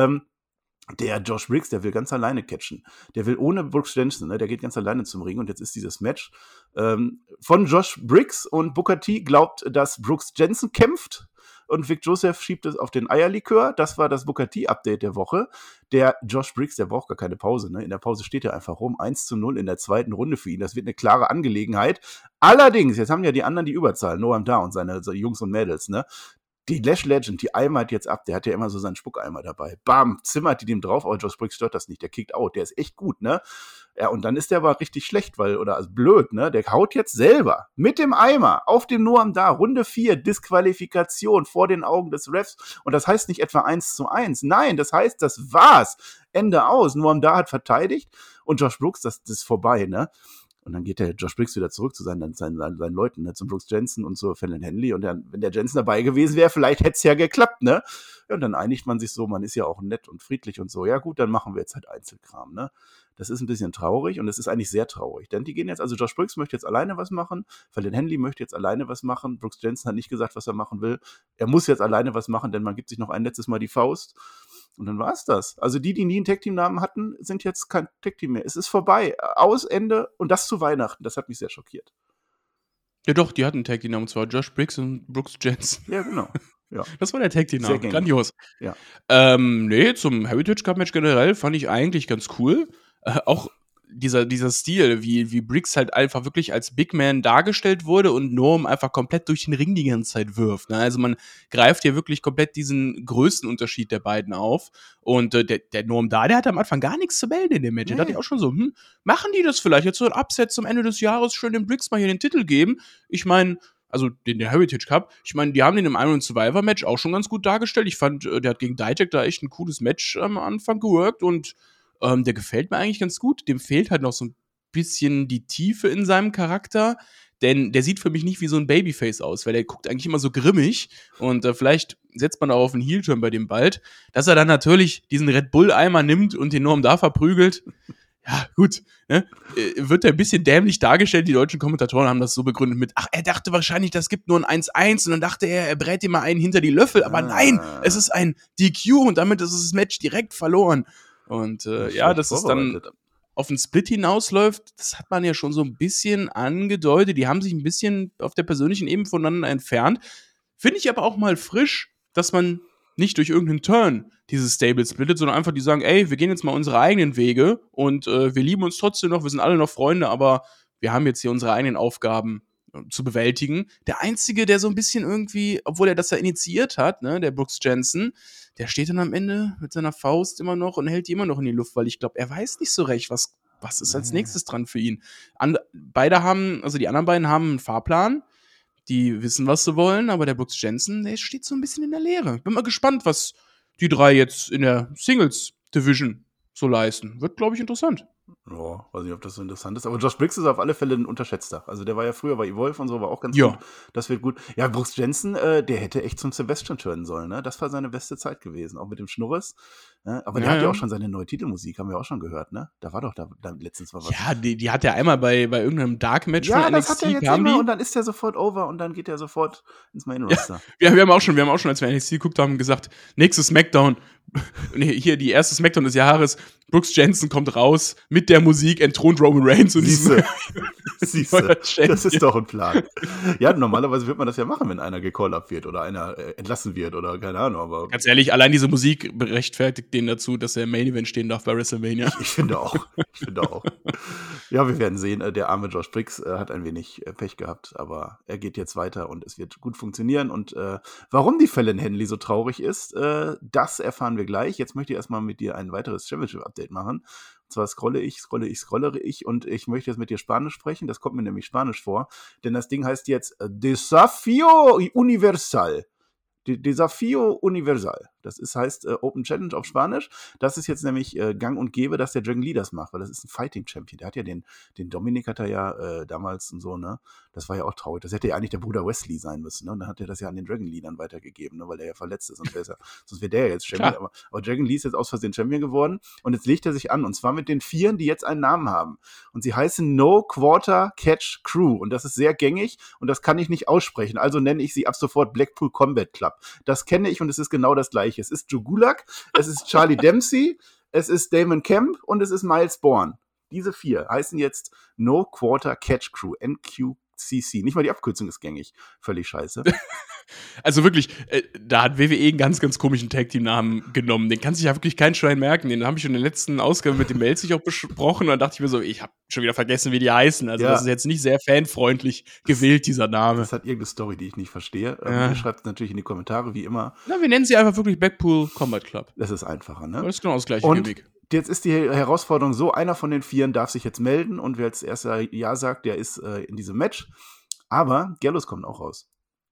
Der Josh Briggs, der will ganz alleine catchen. Der will ohne Brooks Jensen, ne? Der geht ganz alleine zum Ring und jetzt ist dieses Match von Josh Briggs und Booker T glaubt, dass Brooks Jensen kämpft und Vic Joseph schiebt es auf den Eierlikör. Das war das Booker T-Update der Woche. Der Josh Briggs, der braucht gar keine Pause, ne? In der Pause steht er einfach rum. 1:0 in der zweiten Runde für ihn. Das wird eine klare Angelegenheit. Allerdings, jetzt haben ja die anderen die Überzahl. Noam Dar und seine Jungs und Mädels, ne? Die Lash Legend, die eimert jetzt ab, der hat ja immer so seinen Spuckeimer dabei. Bam, zimmert die dem drauf, aber Josh Briggs stört das nicht, der kickt out, der ist echt gut, ne? Ja, und dann ist der aber richtig schlecht, also blöd, ne? Der haut jetzt selber mit dem Eimer auf dem Noam Dar, Runde 4, Disqualifikation vor den Augen des Refs. Und das heißt nicht etwa 1:1, nein, das heißt, das war's. Ende aus. Noam Dar hat verteidigt und Josh Brooks, das ist vorbei, ne? Und dann geht der Josh Briggs wieder zurück zu seinen Leuten, ne, zum Brooks Jensen und zu Fallon Henley. Und dann, wenn der Jensen dabei gewesen wäre, vielleicht hätte es ja geklappt, ne? Ja, und dann einigt man sich so, man ist ja auch nett und friedlich und so. Ja gut, dann machen wir jetzt halt Einzelkram, ne? Das ist ein bisschen traurig und es ist eigentlich sehr traurig. Denn die gehen jetzt, also Josh Briggs möchte jetzt alleine was machen, Fallon Henley möchte jetzt alleine was machen, Brooks Jensen hat nicht gesagt, was er machen will. Er muss jetzt alleine was machen, denn man gibt sich noch ein letztes Mal die Faust. Und dann war es das. Also die nie ein Tag-Team-Namen hatten, sind jetzt kein Tag-Team mehr. Es ist vorbei. Aus, Ende und das zu Weihnachten. Das hat mich sehr schockiert. Ja doch, die hatten einen Tag-Team-Namen, und zwar Josh Briggs und Brooks Jensen. Ja, genau. Ja. Das war der Tag-Team-Name. Grandios. Ja. Nee, zum Heritage Cup-Match generell fand ich eigentlich ganz cool. Auch dieser Stil, wie Briggs halt einfach wirklich als Big Man dargestellt wurde und Norm einfach komplett durch den Ring die ganze Zeit wirft. Ne? Also man greift hier wirklich komplett diesen Größenunterschied der beiden auf. Und der Norm da, der hat am Anfang gar nichts zu melden in dem Match. Da dachte ich auch schon so, machen die das vielleicht jetzt so ein Upset zum Ende des Jahres, schön den Briggs mal hier den Titel geben? Ich meine, also den Heritage Cup, ich meine, die haben den im Iron Survivor Match auch schon ganz gut dargestellt. Ich fand, der hat gegen Dijak da echt ein cooles Match am Anfang geworkt und der gefällt mir eigentlich ganz gut. Dem fehlt halt noch so ein bisschen die Tiefe in seinem Charakter, denn der sieht für mich nicht wie so ein Babyface aus, weil der guckt eigentlich immer so grimmig und vielleicht setzt man auch auf einen Heel-Turn bei dem bald, dass er dann natürlich diesen Red Bull-Eimer nimmt und den Norm da verprügelt. Ja, gut, ne? Wird ein bisschen dämlich dargestellt. Die deutschen Kommentatoren haben das so begründet mit, er dachte wahrscheinlich, das gibt nur ein 1-1 und dann dachte er brät ihm mal einen hinter die Löffel, aber nein, es ist ein DQ und damit ist das Match direkt verloren. Und dass es dann auf den Split hinausläuft, das hat man ja schon so ein bisschen angedeutet. Die haben sich ein bisschen auf der persönlichen Ebene voneinander entfernt. Finde ich aber auch mal frisch, dass man nicht durch irgendeinen Turn dieses Stable splittet, sondern einfach die sagen, ey, wir gehen jetzt mal unsere eigenen Wege und wir lieben uns trotzdem noch, wir sind alle noch Freunde, aber wir haben jetzt hier unsere eigenen Aufgaben zu bewältigen. Der Einzige, der so ein bisschen irgendwie, obwohl er das ja initiiert hat, ne, der Brooks Jensen, der steht dann am Ende mit seiner Faust immer noch und hält die immer noch in die Luft, weil ich glaube, er weiß nicht so recht, was ist als nächstes dran für ihn. Die anderen beiden haben einen Fahrplan, die wissen, was sie wollen, aber der Brooks Jensen, der steht so ein bisschen in der Leere. Bin mal gespannt, was die drei jetzt in der Singles-Division so leisten. Wird, glaube ich, interessant. Ja, weiß nicht, ob das so interessant ist. Aber Josh Briggs ist auf alle Fälle ein Unterschätzter. Also der war ja früher bei Evolve und so, war auch ganz gut. Das wird gut. Ja, Brooks Jensen, der hätte echt zum Sebastian turnen sollen, ne? Das war seine beste Zeit gewesen, auch mit dem Schnurres. Ne? Aber der hat ja auch schon seine neue Titelmusik, haben wir auch schon gehört, ne? Da war doch da letztens mal was. Ja, die hat er einmal bei irgendeinem Dark-Match von NXT. Ja, das hat er jetzt immer und dann ist der sofort over und dann geht er sofort ins Main-Roster. Ja, wir haben auch schon, als wir NXT geguckt haben, gesagt, nächstes SmackDown, hier die erste SmackDown des Jahres, Brooks Jensen kommt raus mit der Musik, entthront Roman Reigns und Siehste, das ist doch ein Plan. Ja, normalerweise wird man das ja machen, wenn einer gecall-up wird oder einer entlassen wird oder keine Ahnung. Aber ganz ehrlich, allein diese Musik rechtfertigt den dazu, dass er im Main-Event stehen darf bei WrestleMania. Ich finde auch. Ja, wir werden sehen. Der arme Josh Briggs hat ein wenig Pech gehabt, aber er geht jetzt weiter und es wird gut funktionieren. Und warum die Fallon Henley so traurig ist, das erfahren wir gleich. Jetzt möchte ich erstmal mit dir ein weiteres Championship-Update machen. Und zwar scrollere ich und ich möchte jetzt mit dir Spanisch sprechen. Das kommt mir nämlich Spanisch vor, denn das Ding heißt jetzt Desafío Universal. Desafío Universal. Das heißt Open Challenge auf Spanisch. Das ist jetzt nämlich gang und gäbe, dass der Dragon Lee das macht, weil das ist ein Fighting-Champion. Der hat ja den Dominik hat er ja damals und so, ne? Das war ja auch traurig. Das hätte ja eigentlich der Bruder Wesley sein müssen, ne? Und dann hat er das ja an den Dragon Lee dann weitergegeben, ne? Weil der ja verletzt ist. Sonst wäre der ja jetzt Champion. Aber Dragon Lee ist jetzt aus Versehen Champion geworden und jetzt legt er sich an. Und zwar mit den Vieren, die jetzt einen Namen haben. Und sie heißen No Quarter Catch Crew. Und das ist sehr gängig und das kann ich nicht aussprechen. Also nenne ich sie ab sofort Blackpool Combat Club. Das kenne ich und es ist genau das Gleiche. Es ist Joe Gulak, es ist Charlie Dempsey, es ist Damon Kemp und es ist Miles Bourne. Diese 4 heißen jetzt No Quarter Catch Crew, NQCC. Nicht mal die Abkürzung ist gängig. Völlig scheiße. Also wirklich, da hat WWE einen ganz, ganz komischen Tag-Team-Namen genommen. Den kann sich ja wirklich kein Schwein merken. Den habe ich schon in der letzten Ausgabe mit dem Melzig auch besprochen. Und dann dachte ich mir so, ich habe schon wieder vergessen, wie die heißen. Also das ist jetzt nicht sehr fanfreundlich gewählt, dieser Name. Das hat irgendeine Story, die ich nicht verstehe. Ihr schreibt es natürlich in die Kommentare, wie immer. Na, wir nennen sie einfach wirklich Blackpool Combat Club. Das ist einfacher, ne? Das ist genau das gleiche Gimmick. Jetzt ist die Herausforderung so, einer von den 4 darf sich jetzt melden und wer als erster Ja sagt, der ist in diesem Match. Aber Gallows kommt auch raus.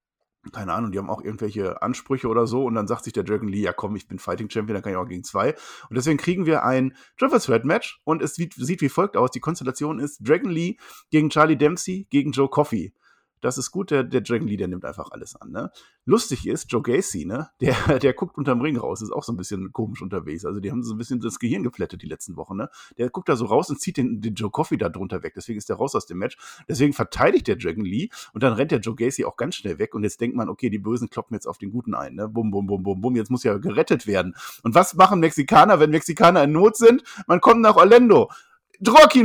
Keine Ahnung, die haben auch irgendwelche Ansprüche oder so und dann sagt sich der Dragon Lee, ja komm, ich bin Fighting Champion, dann kann ich auch gegen 2. Und deswegen kriegen wir ein Triple Threat Match und es sieht wie folgt aus. Die Konstellation ist Dragon Lee gegen Charlie Dempsey gegen Joe Coffey. Das ist gut, der Dragon Lee, der nimmt einfach alles an, ne? Lustig ist, Joe Gacy, ne? Der guckt unterm Ring raus, ist auch so ein bisschen komisch unterwegs. Also die haben so ein bisschen das Gehirn geplättet die letzten Wochen, ne? Der guckt da so raus und zieht den Joe Coffey da drunter weg. Deswegen ist der raus aus dem Match. Deswegen verteidigt der Dragon Lee und dann rennt der Joe Gacy auch ganz schnell weg und jetzt denkt man, okay, die Bösen kloppen jetzt auf den Guten ein, ne? Bum, bum, bum, bum, bum. Jetzt muss ja gerettet werden. Und was machen Mexikaner, wenn Mexikaner in Not sind? Man kommt nach Orlando. Joaquin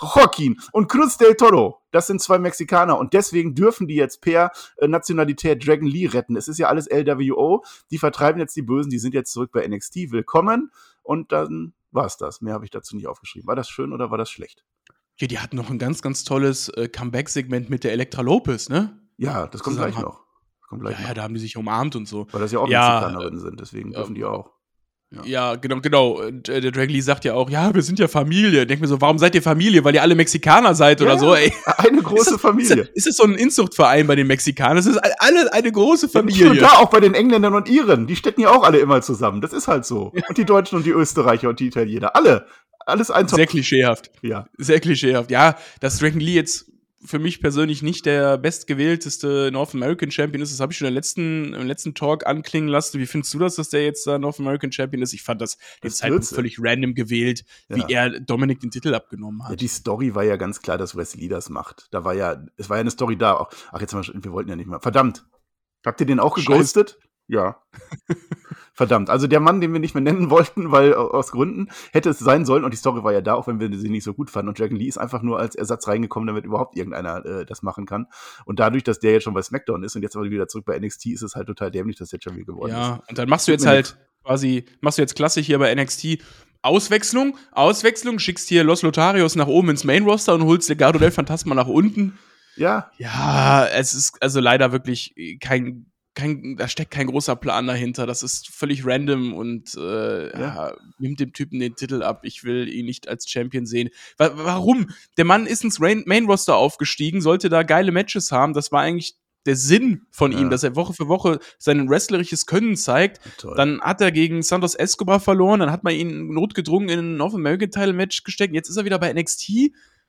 und Cruz del Toro. Das sind 2 Mexikaner und deswegen dürfen die jetzt per Nationalität Dragon Lee retten. Es ist ja alles LWO. Die vertreiben jetzt die Bösen, die sind jetzt zurück bei NXT. Willkommen. Und dann war es das. Mehr habe ich dazu nicht aufgeschrieben. War das schön oder war das schlecht? Ja, die hatten noch ein ganz, ganz tolles Comeback-Segment mit der Elektra Lopez, ne? Ja, das kommt gleich noch. Ja, da haben die sich umarmt und so. Weil das ja auch Mexikanerinnen sind, deswegen dürfen die auch. Ja, genau. Und der Dragon Lee sagt ja auch, ja, wir sind ja Familie. Denk mir so, warum seid ihr Familie? Weil ihr alle Mexikaner seid oder so, ey. Eine große Familie. Ist das so ein Inzuchtverein bei den Mexikanern? Das ist alle eine große Familie. Und da auch bei den Engländern und Iren. Die stecken ja auch alle immer zusammen. Das ist halt so. Und die Deutschen und die Österreicher und die Italiener. Alle. Alles eins. Sehr klischeehaft. Ja. Sehr klischeehaft. Ja, dass Dragon Lee jetzt für mich persönlich nicht der bestgewählteste North American Champion ist. Das habe ich schon im letzten Talk anklingen lassen. Wie findest du das, dass der jetzt North American Champion ist? Ich fand das den Zeitpunkt völlig random gewählt, wie er Dominik den Titel abgenommen hat. Ja, die Story war ja ganz klar, dass Wesley das macht. Es war ja eine Story da. Ach, jetzt wir wollten ja nicht mal. Verdammt. Habt ihr den auch geghostet? Ja. Verdammt. Also der Mann, den wir nicht mehr nennen wollten, weil aus Gründen hätte es sein sollen, und die Story war ja da, auch wenn wir sie nicht so gut fanden. Und Dragon Lee ist einfach nur als Ersatz reingekommen, damit überhaupt irgendeiner das machen kann. Und dadurch, dass der jetzt schon bei SmackDown ist und jetzt aber wieder zurück bei NXT, ist es halt total dämlich, dass jetzt schon wieder geworden ist. Ja, und dann machst du jetzt klassisch hier bei NXT Auswechslung, schickst hier Los Lotharios nach oben ins Main-Roster und holst Legado del Fantasma nach unten. Ja. Ja, es ist also leider wirklich da steckt kein großer Plan dahinter. Das ist völlig random und nimmt dem Typen den Titel ab. Ich will ihn nicht als Champion sehen. Warum? Der Mann ist ins Main-Roster aufgestiegen, sollte da geile Matches haben. Das war eigentlich der Sinn von ihm, dass er Woche für Woche sein wrestlerisches Können zeigt. Toll. Dann hat er gegen Santos Escobar verloren, dann hat man ihn notgedrungen in ein North American Title Match gesteckt. Jetzt ist er wieder bei NXT.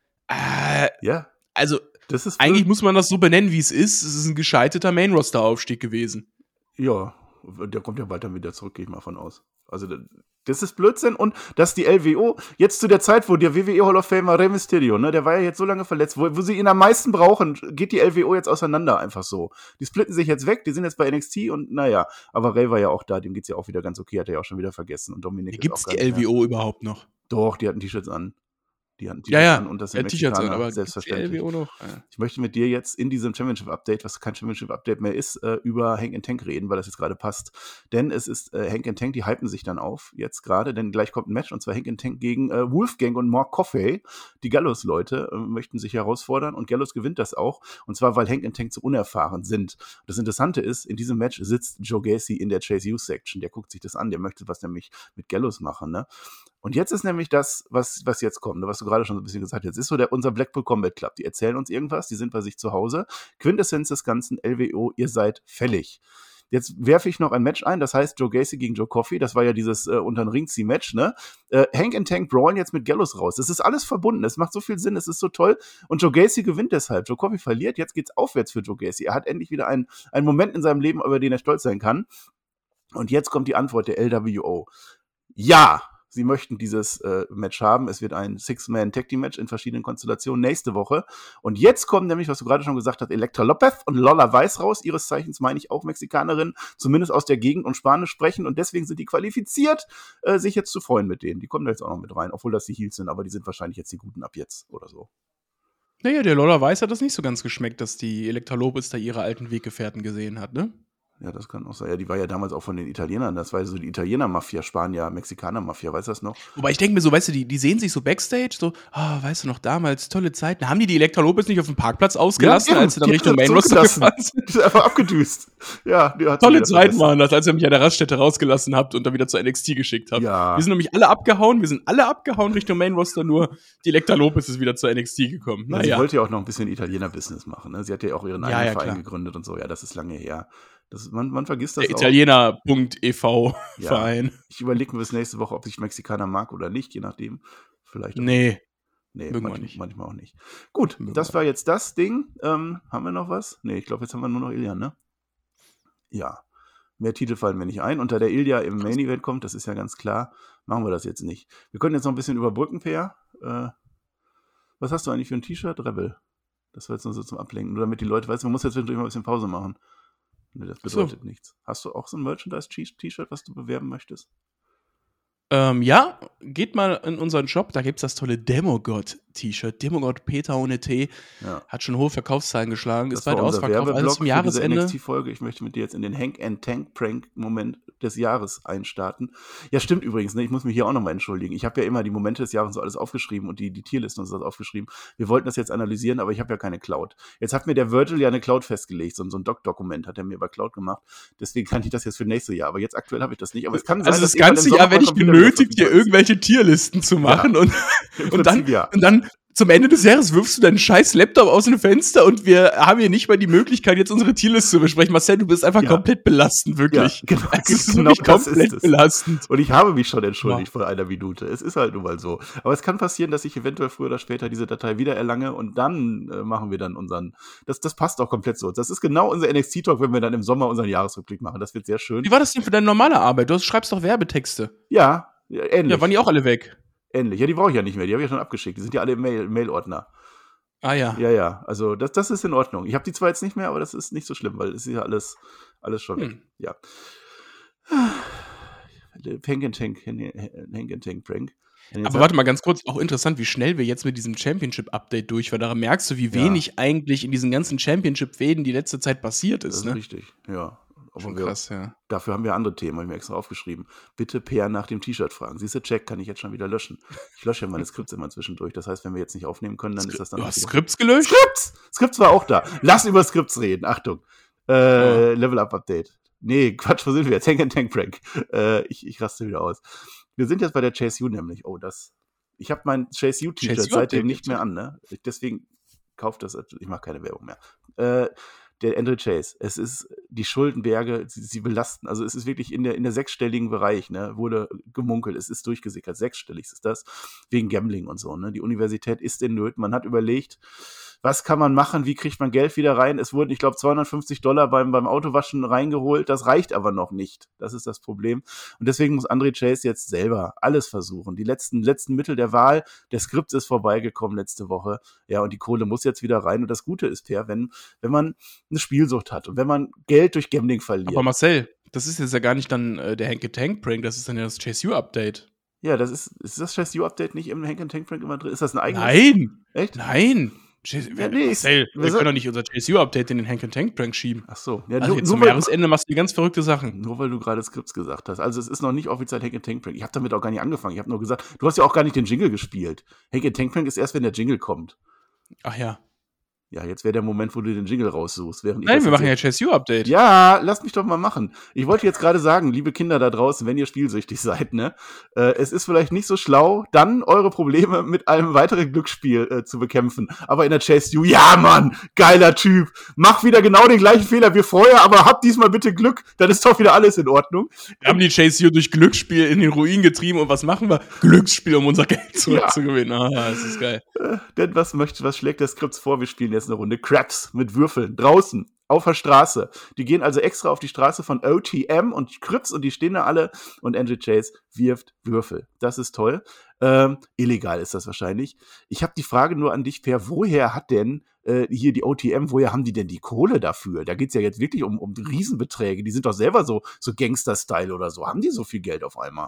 Also das ist eigentlich muss man das so benennen, wie es ist. Es ist ein gescheiterter Main-Roster-Aufstieg gewesen. Ja, der kommt ja bald dann wieder zurück, gehe ich mal von aus. Also das ist Blödsinn. Und dass die LWO jetzt zu der Zeit, wo der WWE Hall of Famer Rey Mysterio, ne, der war ja jetzt so lange verletzt, wo sie ihn am meisten brauchen, geht die LWO jetzt auseinander einfach so. Die splitten sich jetzt weg, die sind jetzt bei NXT und naja, aber Rey war ja auch da, dem geht's ja auch wieder ganz okay, hat er ja auch schon wieder vergessen. Und Dominik gibt's die LWO überhaupt noch? Doch, die hatten T-Shirts an. Die hatten T-Shirts an und das sind T-Shirts Mexikaner, an, aber selbstverständlich. LWO noch? Ja. Ich möchte mit dir jetzt in diesem Championship-Update, was kein Championship-Update mehr ist, über Hank and Tank reden, weil das jetzt gerade passt. Denn es ist Hank and Tank, die hypen sich dann auf, jetzt gerade, denn gleich kommt ein Match, und zwar Hank and Tank gegen Wolfgang und Mark Coffey. Die Gallows-Leute möchten sich herausfordern und Gallows gewinnt das auch. Und zwar, weil Hank and Tank zu unerfahren sind. Das Interessante ist, in diesem Match sitzt Joe Gacy in der Chase U-Section. Der guckt sich das an, der möchte was nämlich mit Gallows machen, ne? Und jetzt ist nämlich das, was jetzt kommt, was du gerade schon so ein bisschen gesagt hast. Ist so unser Blackpool Combat Club. Die erzählen uns irgendwas, die sind bei sich zu Hause. Quintessenz des Ganzen, LWO, ihr seid fällig. Jetzt werfe ich noch ein Match ein, das heißt Joe Gacy gegen Joe Coffey. Das war ja dieses unter den Ring-Match, ne? Hank and Tank brawlen jetzt mit Gallows raus. Das ist alles verbunden, es macht so viel Sinn, es ist so toll. Und Joe Gacy gewinnt deshalb. Joe Coffey verliert, jetzt geht's aufwärts für Joe Gacy. Er hat endlich wieder einen Moment in seinem Leben, über den er stolz sein kann. Und jetzt kommt die Antwort der LWO. Ja! Sie möchten dieses Match haben. Es wird ein Six-Man-Tag-Team-Match in verschiedenen Konstellationen nächste Woche. Und jetzt kommen nämlich, was du gerade schon gesagt hast, Elektra Lopez und Lola Weiss raus. Ihres Zeichens meine ich auch Mexikanerin, zumindest aus der Gegend und Spanisch sprechen. Und deswegen sind die qualifiziert, sich jetzt zu freuen mit denen. Die kommen da jetzt auch noch mit rein, obwohl das die Heels sind. Aber die sind wahrscheinlich jetzt die Guten ab jetzt oder so. Naja, der Lola Weiss hat das nicht so ganz geschmeckt, dass die Elektra Lopez da ihre alten Weggefährten gesehen hat, ne? Ja, das kann auch sein. Ja, die war ja damals auch von den Italienern. Das war ja so die Italiener-Mafia, Spanier, Mexikaner-Mafia. Weißt du das noch? Wobei ich denke mir so, weißt du, die sehen sich so Backstage, so, weißt du noch, damals, tolle Zeiten. Haben die Elektra Lopez nicht auf dem Parkplatz ausgelassen, als sie dann Richtung Main Roster gefahren sind? Die ist einfach abgedüst. Ja, die hat tolle Zeiten waren das, als ihr mich an der Raststätte rausgelassen habt und dann wieder zur NXT geschickt habt. Ja. Wir sind nämlich alle abgehauen Richtung Main Roster, nur die Elektra Lopez ist wieder zur NXT gekommen. Ja, sie wollte ja auch noch ein bisschen Italiener-Business machen. Ne? Sie hat ja auch ihren eigenen Verein gegründet und so. Ja, das ist lange her. Man vergisst das der auch. Der Italiener.ev Verein. Ich überlege mir bis nächste Woche, ob ich Mexikaner mag oder nicht, je nachdem. Vielleicht auch. Nee, manchmal auch nicht. Gut, das war jetzt das Ding. Haben wir noch was? Nee, ich glaube, jetzt haben wir nur noch Ilja, ne? Ja. Mehr Titel fallen mir nicht ein. Und da der Ilja im Main Event kommt, das ist ja ganz klar, machen wir das jetzt nicht. Wir können jetzt noch ein bisschen überbrücken, Per. Was hast du eigentlich für ein T-Shirt? Rebel. Das war jetzt nur so zum Ablenken. Nur damit die Leute, weißt du, man muss jetzt zwischendurch mal ein bisschen Pause machen. Nee, das bedeutet nichts. Hast du auch so ein Merchandise-T-Shirt, was du bewerben möchtest? Ja, geht mal in unseren Shop, da gibt's das tolle Demogod-T-Shirt. Demogod Peter ohne T. Ja. Hat schon hohe Verkaufszahlen geschlagen. Das ist bald ausverkauft, alles zum Jahresende. NXT-Folge. Ich möchte mit dir jetzt in den Hank and Tank Prank-Moment des Jahres einstarten. Ja, stimmt übrigens, ne? Ich muss mich hier auch nochmal entschuldigen. Ich habe ja immer die Momente des Jahres so alles aufgeschrieben und die Tierlisten und so aufgeschrieben. Wir wollten das jetzt analysieren, aber ich habe ja keine Cloud. Jetzt hat mir der Virgil ja eine Cloud festgelegt, so ein Doc-Dokument hat er mir über Cloud gemacht. Deswegen kann ich das jetzt für nächstes Jahr. Aber jetzt aktuell habe ich das nicht. Aber es kann sein, also das ganze Jahr werde ich genötigt, hier irgendwelche Tierlisten zu machen und dann zum Ende des Jahres wirfst du deinen scheiß Laptop aus dem Fenster und wir haben hier nicht mal die Möglichkeit, jetzt unsere Tierlist zu besprechen. Marcel, du bist einfach komplett belastend, wirklich. Ja, genau, es ist genau wirklich das komplett ist es. belastend. Und ich habe mich schon entschuldigt vor einer Minute. Es ist halt nun mal so. Aber es kann passieren, dass ich eventuell früher oder später diese Datei wieder erlange und dann machen wir dann unseren. Das passt auch komplett zu uns. Das ist genau unser NXT-Talk, wenn wir dann im Sommer unseren Jahresrückblick machen. Das wird sehr schön. Wie war das denn für deine normale Arbeit? Du schreibst doch Werbetexte. Ja, ähnlich. Ja, waren die auch alle weg? Ähnlich. Ja, die brauche ich ja nicht mehr. Die habe ich ja schon abgeschickt. Die sind ja alle im Mail-Ordner. Ah ja. Ja. Also das ist in Ordnung. Ich habe die zwar jetzt nicht mehr, aber das ist nicht so schlimm, weil es ist ja alles schon weg. Ja. Hank and Tank Prank. Aber warte mal ganz kurz, auch interessant, wie schnell wir jetzt mit diesem Championship-Update durch waren. Daran merkst du, wie wenig eigentlich in diesen ganzen Championship-Fäden die letzte Zeit passiert ist. Das ist richtig, ja. Schon krass, ja. Dafür haben wir andere Themen, habe ich mir extra aufgeschrieben. Bitte Per nach dem T-Shirt fragen. Siehst du, Check kann ich jetzt schon wieder löschen. Ich lösche ja meine Skripts immer zwischendurch. Das heißt, wenn wir jetzt nicht aufnehmen können, dann ist das dann. Du hast Skripts gelöscht? Skripts war auch da. Lass über Skripts reden. Achtung. Level-Up-Update. Nee, Quatsch, wo sind wir jetzt? Hank and Tank Prank. Ich raste wieder aus. Wir sind jetzt bei der Chase U nämlich. Ich habe mein Chase U T-Shirt seitdem nicht mehr an, ne? Deswegen kauft das. Ich mache keine Werbung mehr. Der Andre Chase, es ist die Schuldenberge, sie belasten, also es ist wirklich in der sechsstelligen Bereich, ne, wurde gemunkelt, es ist durchgesickert, sechsstellig ist das, wegen Gambling und so, ne, die Universität ist in Nöten, man hat überlegt, was kann man machen, wie kriegt man Geld wieder rein, es wurden, ich glaube, $250 beim Autowaschen reingeholt, das reicht aber noch nicht, das ist das Problem und deswegen muss Andre Chase jetzt selber alles versuchen, die letzten Mittel der Wahl, der Skript ist vorbeigekommen letzte Woche, ja, und die Kohle muss jetzt wieder rein und das Gute ist, Per, wenn man eine Spielsucht hat und wenn man Geld durch Gambling verliert. Aber Marcel, das ist jetzt ja gar nicht dann der Hank and Tank Prank, das ist dann ja das Chase U Update. Ja, ist das Chase U Update nicht im Hank and Tank Prank immer drin? Ist das ein eigenes? Nein! Echt? Nein! Marcel, wir können doch nicht unser Chase U Update in den Hank and Tank Prank schieben. Ach so. Ja, also jetzt zum Jahresende machst du ganz verrückte Sachen. Nur weil du gerade Skripts gesagt hast. Also es ist noch nicht offiziell Hank and Tank Prank. Ich habe damit auch gar nicht angefangen. Ich habe nur gesagt, du hast ja auch gar nicht den Jingle gespielt. Hank and Tank Prank ist erst, wenn der Jingle kommt. Ach ja. Ja, jetzt wäre der Moment, wo du den Jingle raussuchst. Nein, wir machen ja Chase U-Update. Ja, lass mich doch mal machen. Ich wollte jetzt gerade sagen, liebe Kinder da draußen, wenn ihr spielsüchtig seid, ne, es ist vielleicht nicht so schlau, dann eure Probleme mit einem weiteren Glücksspiel zu bekämpfen. Aber in der Chase U, ja Mann, geiler Typ, mach wieder genau den gleichen Fehler wie vorher, aber hab diesmal bitte Glück, dann ist doch wieder alles in Ordnung. Wir haben die Chase U durch Glücksspiel in den Ruin getrieben und was machen wir? Glücksspiel, um unser Geld zurückzugewinnen. Ah, das ist geil. Denn was schlägt der Skript vor? Wir spielen jetzt eine Runde Craps mit Würfeln draußen auf der Straße. Die gehen also extra auf die Straße von OTM und Crips und die stehen da alle und Andre Chase wirft Würfel. Das ist toll. Illegal ist das wahrscheinlich. Ich habe die Frage nur an dich, Per, woher hat denn hier die OTM, woher haben die denn die Kohle dafür? Da geht es ja jetzt wirklich um Riesenbeträge. Die sind doch selber so Gangster-Style oder so. Haben die so viel Geld auf einmal?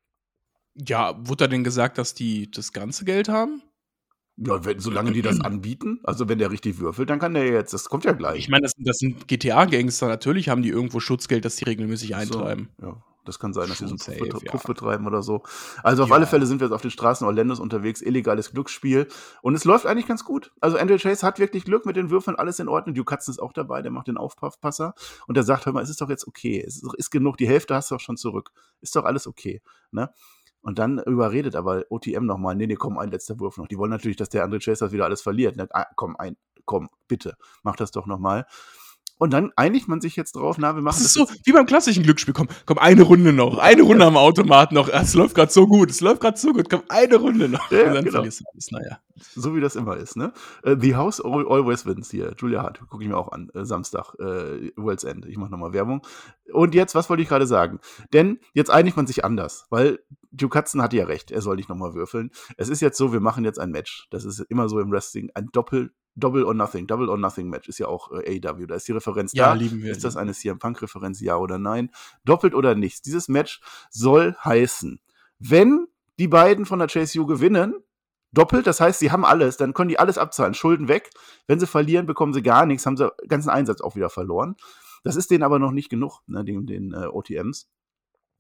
Ja, wurde da denn gesagt, dass die das ganze Geld haben? Ja, solange die das anbieten, also wenn der richtig würfelt, dann kann der jetzt, das kommt ja gleich. Ich meine, das sind GTA-Gangster, natürlich haben die irgendwo Schutzgeld, das die regelmäßig eintreiben. So, ja, das kann sein, dass sie so einen Puff betreiben oder so. Also auf alle Fälle sind wir jetzt auf den Straßen Orlandos unterwegs, illegales Glücksspiel und es läuft eigentlich ganz gut. Also Andre Chase hat wirklich Glück mit den Würfeln, alles in Ordnung. Duke Hudson ist auch dabei, der macht den Aufpasser und der sagt, hör mal, es ist doch jetzt okay, es ist genug, die Hälfte hast du doch schon zurück. Ist doch alles okay, ne? Und dann überredet aber OTM nochmal, nee, komm, ein letzter Wurf noch. Die wollen natürlich, dass der Andre Chase das wieder alles verliert. Komm, bitte, mach das doch nochmal. Und dann einigt man sich jetzt drauf, wir machen das. Das ist so wie beim klassischen Glücksspiel. Komm, eine Runde noch. Eine Runde am Automaten noch. Es läuft gerade so gut. Komm, eine Runde noch. Ja, und dann genau. verlierst du alles. Naja. So wie das immer ist, ne? The House Always Wins hier. Julia Hart, gucke ich mir auch an. Samstag, World's End. Ich mache nochmal Werbung. Und jetzt, was wollte ich gerade sagen? Denn jetzt einigt man sich anders, weil Duke Hudson hatte ja recht. Er soll nicht nochmal würfeln. Es ist jetzt so, wir machen jetzt ein Match. Das ist immer so im Wrestling. Ein Double or Nothing Match ist ja auch AEW. Da ist die Referenz da. Lieben wir. Ist das eine CM Punk-Referenz, ja oder nein? Doppelt oder nichts. Dieses Match soll heißen, wenn die beiden von der Chase U gewinnen, doppelt, das heißt, sie haben alles, dann können die alles abzahlen, Schulden weg. Wenn sie verlieren, bekommen sie gar nichts, haben sie den ganzen Einsatz auch wieder verloren. Das ist denen aber noch nicht genug, ne, den OTMs.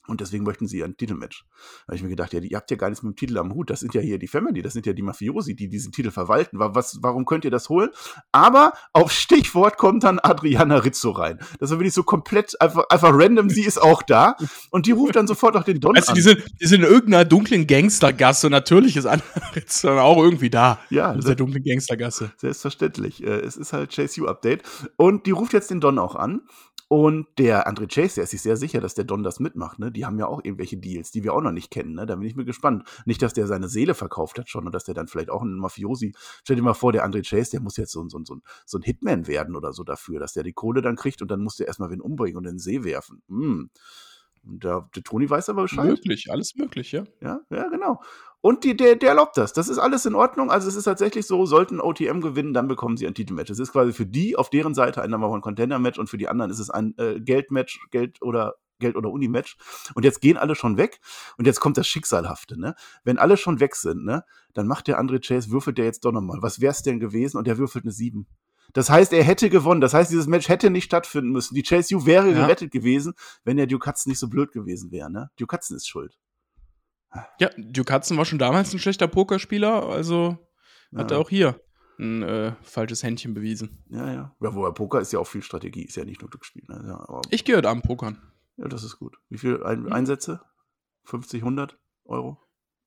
Und deswegen möchten sie ein Titelmatch. Da habe ich mir gedacht, ja, ihr habt ja gar nichts mit dem Titel am Hut. Das sind ja hier die Family, das sind ja die Mafiosi, die diesen Titel verwalten. Warum könnt ihr das holen? Aber auf Stichwort kommt dann Adriana Rizzo rein. Das war wirklich so komplett einfach random. Sie ist auch da. Und die ruft dann sofort auch den Don an. Die sind in irgendeiner dunklen Gangstergasse. Und natürlich ist Adriana Rizzo dann auch irgendwie da. Ja, in dieser dunklen Gangstergasse. Selbstverständlich. Es ist halt Chase U-Update. Und die ruft jetzt den Don auch an. Und der Andre Chase, der ist sich sehr sicher, dass der Don das mitmacht, ne? Die haben ja auch irgendwelche Deals, die wir auch noch nicht kennen, ne? Da bin ich mir gespannt. Nicht, dass der seine Seele verkauft hat schon und dass der dann vielleicht auch ein Mafiosi. Stell dir mal vor, der Andre Chase, der muss jetzt so ein Hitman werden oder so dafür, dass der die Kohle dann kriegt und dann muss der erstmal wen umbringen und in den See werfen. Und der Toni weiß aber Bescheid. Möglich, alles möglich, ja. Ja, genau. Und der erlaubt das. Das ist alles in Ordnung. Also es ist tatsächlich so, sollten OTM gewinnen, dann bekommen sie ein Titelmatch. Es ist quasi für die auf deren Seite ein Number One Contender Match und für die anderen ist es ein Geldmatch, Geld oder Uni-Match. Und jetzt gehen alle schon weg und jetzt kommt das Schicksalhafte, ne? Wenn alle schon weg sind, ne, dann macht der Andre Chase, würfelt der jetzt doch nochmal. Was wär's denn gewesen? Und der würfelt eine 7. Das heißt, er hätte gewonnen. Das heißt, dieses Match hätte nicht stattfinden müssen. Die Chase U wäre gerettet gewesen, wenn der Duke Hudson nicht so blöd gewesen wäre, ne? Duke Hudson ist schuld. Ja, Duke Hudson war schon damals ein schlechter Pokerspieler, also hat er auch hier ein falsches Händchen bewiesen. Ja, wobei Poker ist ja auch viel Strategie, ist ja nicht nur Glücksspiel. Ne? Ja, aber ich gehe heute Abend pokern. Ja, das ist gut. Wie viel Einsätze? 50, 100 Euro?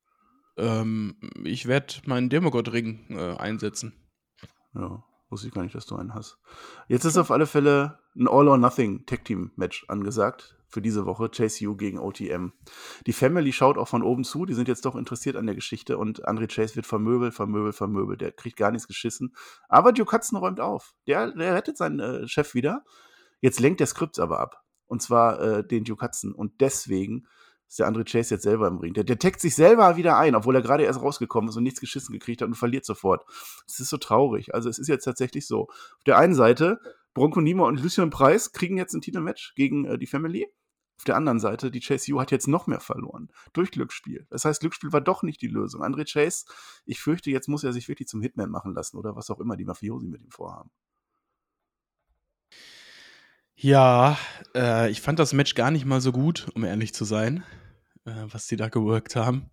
Ich werde meinen Demogod-Ring einsetzen. Ja, wusste ich gar nicht, dass du einen hast. Jetzt ist auf alle Fälle ein All-or-Nothing-Tag-Team-Match angesagt für diese Woche. Chase U gegen OTM. Die Family schaut auch von oben zu. Die sind jetzt doch interessiert an der Geschichte und Andre Chase wird vermöbelt. Der kriegt gar nichts geschissen. Aber Duke Hudson räumt auf. Der rettet seinen Chef wieder. Jetzt lenkt der Scripts aber ab. Und zwar den Duke Hudson. Und deswegen ist der Andre Chase jetzt selber im Ring. Der taggt sich selber wieder ein, obwohl er gerade erst rausgekommen ist und nichts geschissen gekriegt hat und verliert sofort. Das ist so traurig. Also es ist jetzt tatsächlich so. Auf der einen Seite, Bronco Nima und Lucien Preis kriegen jetzt ein Titelmatch gegen die Family. Auf der anderen Seite, die Chase U hat jetzt noch mehr verloren. Durch Glücksspiel. Das heißt, Glücksspiel war doch nicht die Lösung. Andre Chase, ich fürchte, jetzt muss er sich wirklich zum Hitman machen lassen oder was auch immer die Mafiosi mit ihm vorhaben. Ja, ich fand das Match gar nicht mal so gut, um ehrlich zu sein, was die da geworkt haben.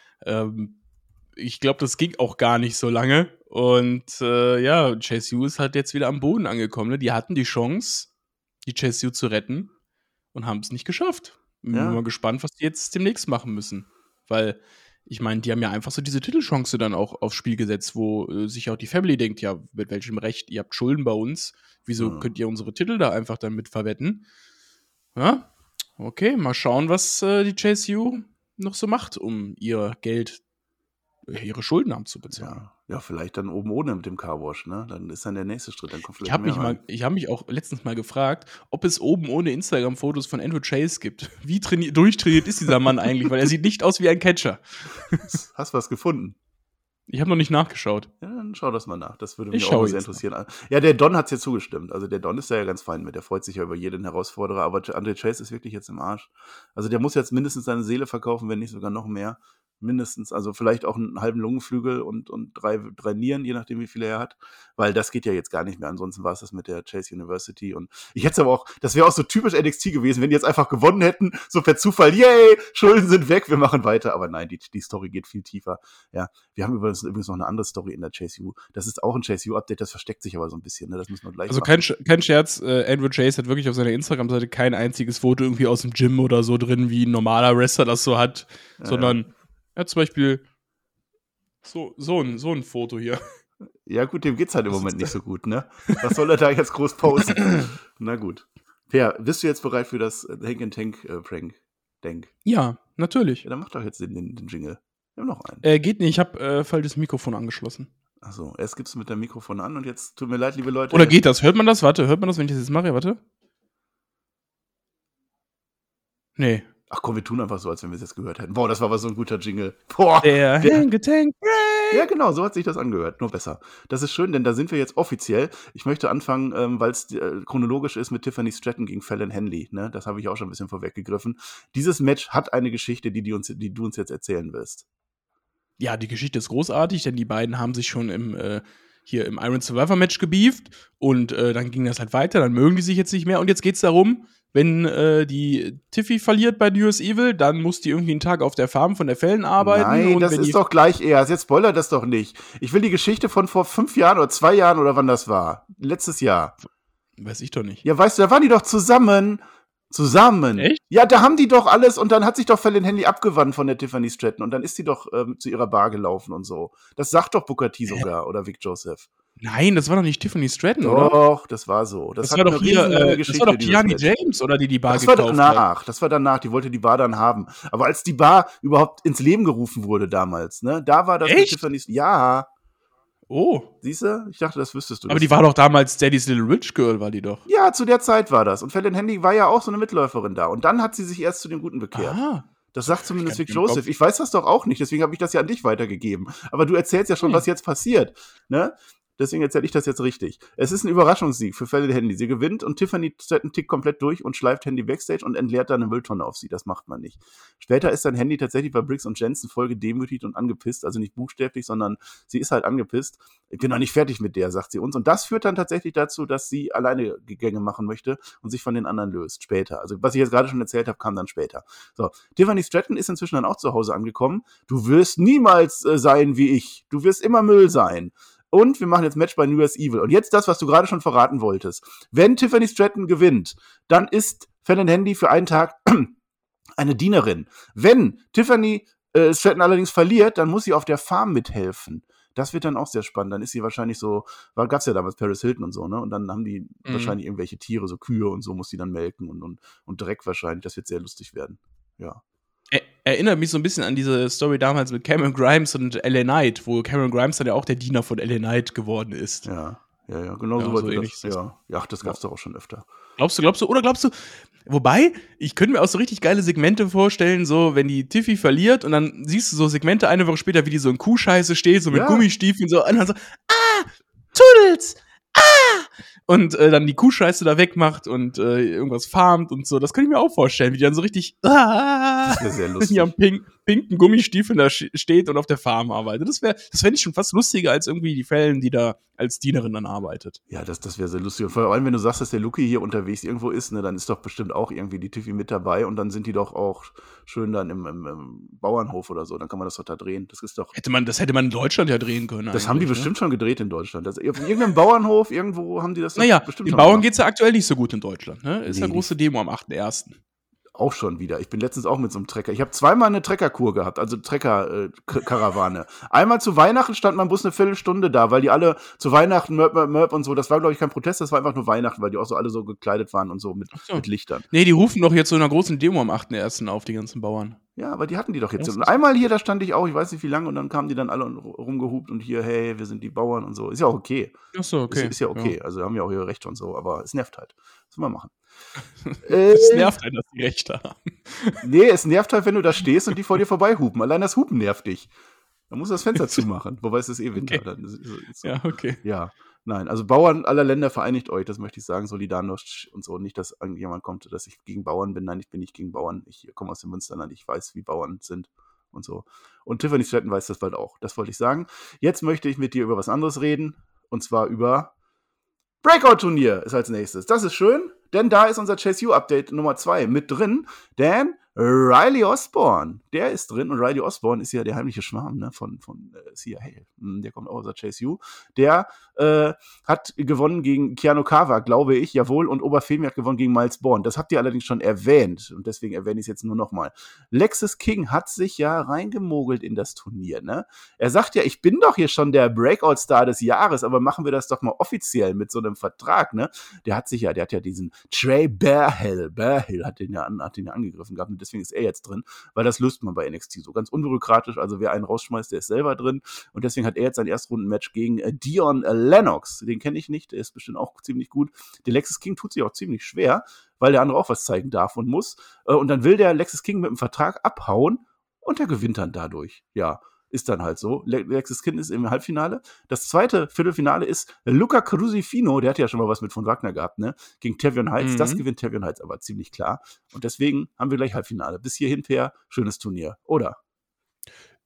Ich glaube, das ging auch gar nicht so lange. Und Chase U ist halt jetzt wieder am Boden angekommen. Ne? Die hatten die Chance, die Chase U zu retten und haben es nicht geschafft. Bin mal gespannt, was die jetzt demnächst machen müssen. Weil, ich meine, die haben ja einfach so diese Titelchance dann auch aufs Spiel gesetzt, wo sich auch die Family denkt, ja, mit welchem Recht, ihr habt Schulden bei uns, wieso könnt ihr unsere Titel da einfach dann mit verwetten? Ja, okay, mal schauen, was die Chase U noch so macht, um ihr Geld, ihre Schulden abzubezahlen. Ja, vielleicht dann oben ohne mit dem Carwash, ne? Dann ist dann der nächste Schritt. Dann kommt vielleicht ich habe mich auch letztens mal gefragt, ob es oben ohne Instagram-Fotos von Andrew Chase gibt. Wie durchtrainiert ist dieser Mann eigentlich? Weil er sieht nicht aus wie ein Catcher. Hast du was gefunden? Ich habe noch nicht nachgeschaut. Ja, dann schau das mal nach. Das würde mich auch sehr interessieren. Ja, der Don hat es ja zugestimmt. Also der Don ist da ja ganz fein mit. Der freut sich ja über jeden Herausforderer. Aber Andre Chase ist wirklich jetzt im Arsch. Also der muss jetzt mindestens seine Seele verkaufen, wenn nicht sogar noch mehr. Mindestens, also vielleicht auch einen halben Lungenflügel und drei Nieren, je nachdem, wie viele er hat, weil das geht ja jetzt gar nicht mehr. Ansonsten war es das mit der Chase University und ich hätte es aber auch, das wäre auch so typisch NXT gewesen, wenn die jetzt einfach gewonnen hätten, so per Zufall, yay, Schulden sind weg, wir machen weiter, aber nein, die Story geht viel tiefer. Ja, wir haben übrigens noch eine andere Story in der Chase U. Das ist auch ein Chase U-Update, das versteckt sich aber so ein bisschen, ne? Das müssen wir gleich machen. Kein Scherz, Andrew Chase hat wirklich auf seiner Instagram-Seite kein einziges Foto irgendwie aus dem Gym oder so drin, wie ein normaler Wrestler das so hat, sondern er hat zum Beispiel so ein Foto hier. Ja gut, dem geht's halt im Moment nicht so gut, ne? Was soll er da jetzt groß posten? Na gut. Per, bist du jetzt bereit für das Hank-and-Tank-Prank? Ja, natürlich. Ja, dann mach doch jetzt den Jingle. Wir haben noch einen. Geht nicht, ich habe falsches Mikrofon angeschlossen. Achso, erst gibst du mit dem Mikrofon an und jetzt tut mir leid, liebe Leute. Oder geht das? Hört man das? Warte, hört man das, wenn ich das jetzt mache? Warte. Nee. Ach komm, wir tun einfach so, als wenn wir es jetzt gehört hätten. Boah, das war aber so ein guter Jingle. Boah, der Hank-and-Tank Prank. Ja, genau, so hat sich das angehört, nur besser. Das ist schön, denn da sind wir jetzt offiziell. Ich möchte anfangen, weil es chronologisch ist mit Tiffany Stratton gegen Fallon Henley. Ne? Das habe ich auch schon ein bisschen vorweggegriffen. Dieses Match hat eine Geschichte, die du uns jetzt erzählen willst. Ja, die Geschichte ist großartig, denn die beiden haben sich schon im hier im Iron Survivor Match gebieft und dann ging das halt weiter, dann mögen die sich jetzt nicht mehr und jetzt geht's darum, wenn die Tiffy verliert bei US Evil, dann muss die irgendwie einen Tag auf der Farm von der Fällen arbeiten. Nein, und das wenn ist doch gleich erst. Jetzt spoilert das doch nicht. Ich will die Geschichte von vor 5 Jahren oder 2 Jahren oder wann das war. Letztes Jahr. Weiß ich doch nicht. Ja, weißt du, da waren die doch zusammen. Echt? Ja, da haben die doch alles und dann hat sich doch Fallon Henley abgewandt von der Tiffany Stratton und dann ist sie doch zu ihrer Bar gelaufen und so. Das sagt doch Booker T sogar oder Vic Joseph. Nein, das war doch nicht Tiffany Stratton, oder? Doch, das war so. Das war doch hier, das war doch Kiani James, oder die Bar gekauft hat. Das war danach, die wollte die Bar dann haben. Aber als die Bar überhaupt ins Leben gerufen wurde damals, ne, da war das mit Tiffany, ja. Oh. Siehst du? Ich dachte, das wüsstest du. Aber die war doch damals Daddy's Little Rich Girl, war die doch. Ja, zu der Zeit war das. Und Fallon Henley war ja auch so eine Mitläuferin da. Und dann hat sie sich erst zu den Guten bekehrt. Ah. Das sagt zumindest Vic Joseph. Ich weiß das doch auch nicht, deswegen habe ich das ja an dich weitergegeben. Aber du erzählst ja schon, was jetzt passiert. Ne? Deswegen erzähle ich das jetzt richtig. Es ist ein Überraschungssieg für Fallon Henley. Sie gewinnt und Tiffany Stratton tickt komplett durch und schleift Henley backstage und entleert dann eine Mülltonne auf sie. Das macht man nicht. Später ist dann Henley tatsächlich bei Briggs und Jensen voll gedemütigt und angepisst. Also nicht buchstäblich, sondern sie ist halt angepisst. Ich bin noch nicht fertig mit der, sagt sie uns. Und das führt dann tatsächlich dazu, dass sie alleine Gänge machen möchte und sich von den anderen löst. Später. Also was ich jetzt gerade schon erzählt habe, kam dann später. So, Tiffany Stratton ist inzwischen dann auch zu Hause angekommen. Du wirst niemals sein wie ich. Du wirst immer Müll sein. Und wir machen jetzt Match bei US Evil. Und jetzt das, was du gerade schon verraten wolltest. Wenn Tiffany Stratton gewinnt, dann ist Fallon Henley für einen Tag eine Dienerin. Wenn Tiffany Stratton allerdings verliert, dann muss sie auf der Farm mithelfen. Das wird dann auch sehr spannend. Dann ist sie wahrscheinlich so, gab's ja damals Paris Hilton und so, ne? Und dann haben die wahrscheinlich irgendwelche Tiere, so Kühe und so, muss die dann melken und Dreck wahrscheinlich. Das wird sehr lustig werden. Ja. Erinnert mich so ein bisschen an diese Story damals mit Cameron Grimes und LA Knight, wo Cameron Grimes dann ja auch der Diener von LA Knight geworden ist. Ja, genau so wollte das. Ja, das gab's doch auch schon öfter. Glaubst du, wobei, ich könnte mir auch so richtig geile Segmente vorstellen, so, wenn die Tiffy verliert und dann siehst du so Segmente eine Woche später, wie die so in Kuhscheiße steht, so mit Gummistiefeln, so, und dann so, Toodles! Und dann die Kuhscheiße da wegmacht und irgendwas farmt und so. Das könnte ich mir auch vorstellen, wie die dann so richtig das wäre sehr lustig. hier am pinken Gummistiefeln da steht und auf der Farm arbeitet. Das fände ich schon fast lustiger als irgendwie die Fällen, die da als Dienerin dann arbeitet. Ja, das wäre sehr lustig. Und vor allem, wenn du sagst, dass der Lucky hier unterwegs irgendwo ist, ne, dann ist doch bestimmt auch irgendwie die Tiffy mit dabei und dann sind die doch auch schön dann im Bauernhof oder so. Dann kann man das doch da drehen. Das ist doch. Das hätte man in Deutschland ja drehen können. Das haben die bestimmt schon gedreht in Deutschland. Auf irgendeinem Bauernhof irgendwo haben die das bestimmt den schon Bauern gemacht. Geht's ja aktuell nicht so gut in Deutschland. Ne? Ist ja große Demo am 8.1. Auch schon wieder. Ich bin letztens auch mit so einem Trecker. Ich habe zweimal eine Treckerkur gehabt, also Trecker-Karawane. Einmal zu Weihnachten stand mein Bus eine Viertelstunde da, weil die alle zu Weihnachten Mörp und so, das war, glaube ich, kein Protest, das war einfach nur Weihnachten, weil die auch so alle so gekleidet waren und so mit Lichtern. Nee, die rufen doch jetzt so einer großen Demo am 8.1. auf, die ganzen Bauern. Ja, aber die hatten die doch jetzt. Und einmal hier, da stand ich auch, ich weiß nicht wie lange, und dann kamen die dann alle rumgehupt und hier, hey, wir sind die Bauern und so. Ist ja auch okay. Ach so, okay. Ist ja okay. Also haben ja auch ihre Rechte und so, aber es nervt halt. Was soll man machen? Es nervt halt, dass die Rechte haben. Nee, es nervt halt, wenn du da stehst und die vor dir vorbei hupen. Allein das Hupen nervt dich. Dann musst du das Fenster zumachen. Wobei es ist Winter. Okay. Dann ist so. Ja, okay. Ja, nein, also Bauern aller Länder, vereinigt euch, das möchte ich sagen, Solidarność und so. Nicht, dass irgendjemand kommt, dass ich gegen Bauern bin. Nein, ich bin nicht gegen Bauern. Ich komme aus dem Münsterland, ich weiß, wie Bauern sind und so. Und Tiffany Stratton weiß das bald auch. Das wollte ich sagen. Jetzt möchte ich mit dir über was anderes reden. Und zwar über Breakout-Turnier ist als nächstes. Das ist schön, denn da ist unser Chase U-Update Nummer 2 mit drin. Denn Riley Osborne, der ist drin. Und Riley Osborne ist ja der heimliche Schwarm, ne, von CIA. Der kommt auch aus der Chase U. Der hat gewonnen gegen Keanu Carver, glaube ich, jawohl. Und Oberfemi hat gewonnen gegen Miles Bourne. Das habt ihr allerdings schon erwähnt. Und deswegen erwähne ich es jetzt nur nochmal. Lexis King hat sich ja reingemogelt in das Turnier, ne? Er sagt ja, ich bin doch hier schon der Breakout-Star des Jahres, aber machen wir das doch mal offiziell mit so einem Vertrag, ne? Der hat ja diesen Trey Bearhill hat den ja angegriffen gehabt. Und deswegen ist er jetzt drin, weil das löst man bei NXT so ganz unbürokratisch. Also wer einen rausschmeißt, der ist selber drin. Und deswegen hat er jetzt sein Erstrunden-Match gegen Dion Lennox. Den kenne ich nicht, der ist bestimmt auch ziemlich gut. Der Lexis King tut sich auch ziemlich schwer, weil der andere auch was zeigen darf und muss. Und dann will der Lexis King mit dem Vertrag abhauen und der gewinnt dann dadurch. Ja, ist dann halt so. Lexis King ist im Halbfinale. Das zweite Viertelfinale ist Luca Crusifino, der hat ja schon mal was mit von Wagner gehabt, ne? Gegen Tavion Heights. Das gewinnt Tavion Heights aber ziemlich klar. Und deswegen haben wir gleich Halbfinale. Bis hierhin, Per, schönes Turnier, oder?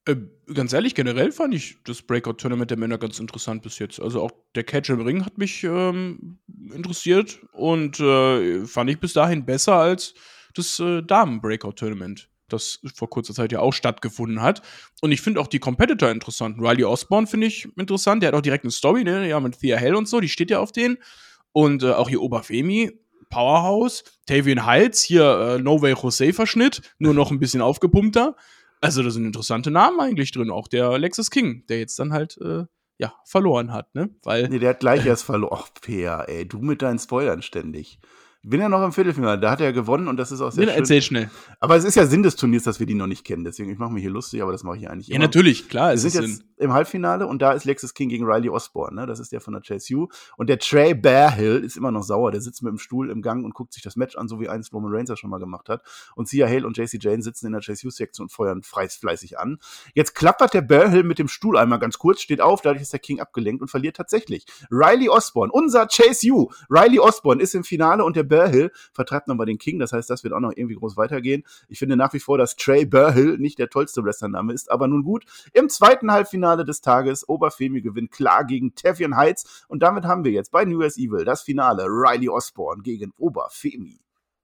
Ganz ehrlich, generell fand ich das Breakout-Tournament der Männer ganz interessant bis jetzt. Also auch der Catch im Ring hat mich interessiert und fand ich bis dahin besser als das Damen-Breakout-Tournament, das vor kurzer Zeit ja auch stattgefunden hat. Und ich finde auch die Competitor interessant. Riley Osborne finde ich interessant. Der hat auch direkt eine Story, ne? Ja, mit Thea Hale und so, die steht ja auf denen. Und auch hier Oberfemi, Powerhouse, Tavian Heights, hier No Way Jose-Verschnitt, nur noch ein bisschen aufgepumpter. Also da sind interessante Namen eigentlich drin, auch der Lexis King, der jetzt dann halt, verloren hat, ne? Weil, Nee, der hat gleich erst verloren. Ach, Peer, ey, du mit deinen Spoilern ständig. Ich bin ja noch im Viertelfinale, da hat er gewonnen und das ist auch sehr schön. erzähl schnell. Aber es ist ja Sinn des Turniers, dass wir die noch nicht kennen, deswegen, ich mache mich hier lustig, aber das mache ich ja eigentlich immer. Ja, natürlich, klar. Wir sind jetzt im Halbfinale und da ist Lexis King gegen Riley Osborne, ne? Das ist der von der Chase U. Und der Trey Bearhill ist immer noch sauer, der sitzt mit dem Stuhl im Gang und guckt sich das Match an, so wie eins Roman Reigns das schon mal gemacht hat. Und Thea Hale und JC Jane sitzen in der Chase U-Sektion und feuern fleißig an. Jetzt klappert der Bearhill mit dem Stuhl einmal ganz kurz, steht auf, dadurch ist der King abgelenkt und verliert tatsächlich. Riley Osborne, unser Chase U, Riley Osborne ist im Finale und der Bearhill vertreibt nochmal den King, das heißt, das wird auch noch irgendwie groß weitergehen. Ich finde nach wie vor, dass Trey Bearhill nicht der tollste Wrestlername ist, aber nun gut. Im zweiten Halbfinale des Tages, Oberfemi gewinnt klar gegen Tavian Heights und damit haben wir jetzt bei New Year's Evil das Finale Riley Osborne gegen Oberfemi.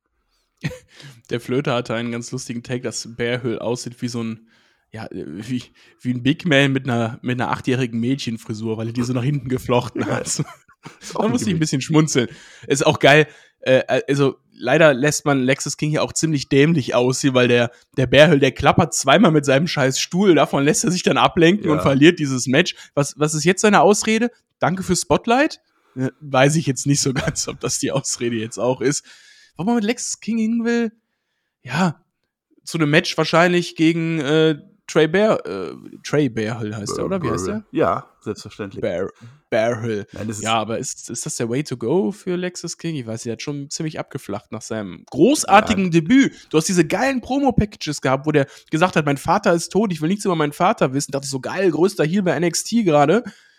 Der Flöter hatte einen ganz lustigen Take, dass Bearhill aussieht wie so ein, ja, wie ein Big Man mit einer 8-jährigen Mädchenfrisur, weil er die so nach hinten geflochten hat. Da musste ich ein bisschen schmunzeln. Ist auch geil. Also leider lässt man Lexis King hier auch ziemlich dämlich aussehen, weil der Bearhill, der klappert zweimal mit seinem scheiß Stuhl, davon lässt er sich dann ablenken und verliert dieses Match. Was ist jetzt seine Ausrede? Danke für Spotlight? Weiß ich jetzt nicht so ganz, ob das die Ausrede jetzt auch ist. Warum man mit Lexis King hin will? Ja, zu einem Match wahrscheinlich gegen Trey Bearhill heißt er, oder? Wie heißt er? Ja, selbstverständlich. Bearhill. Nein, ja, aber ist das der Way to go für Lexis King? Ich weiß, er hat schon ziemlich abgeflacht nach seinem großartigen Debüt. Du hast diese geilen Promo-Packages gehabt, wo der gesagt hat, mein Vater ist tot, ich will nichts über meinen Vater wissen. Dachte ich so, geil, größter Heel bei NXT gerade.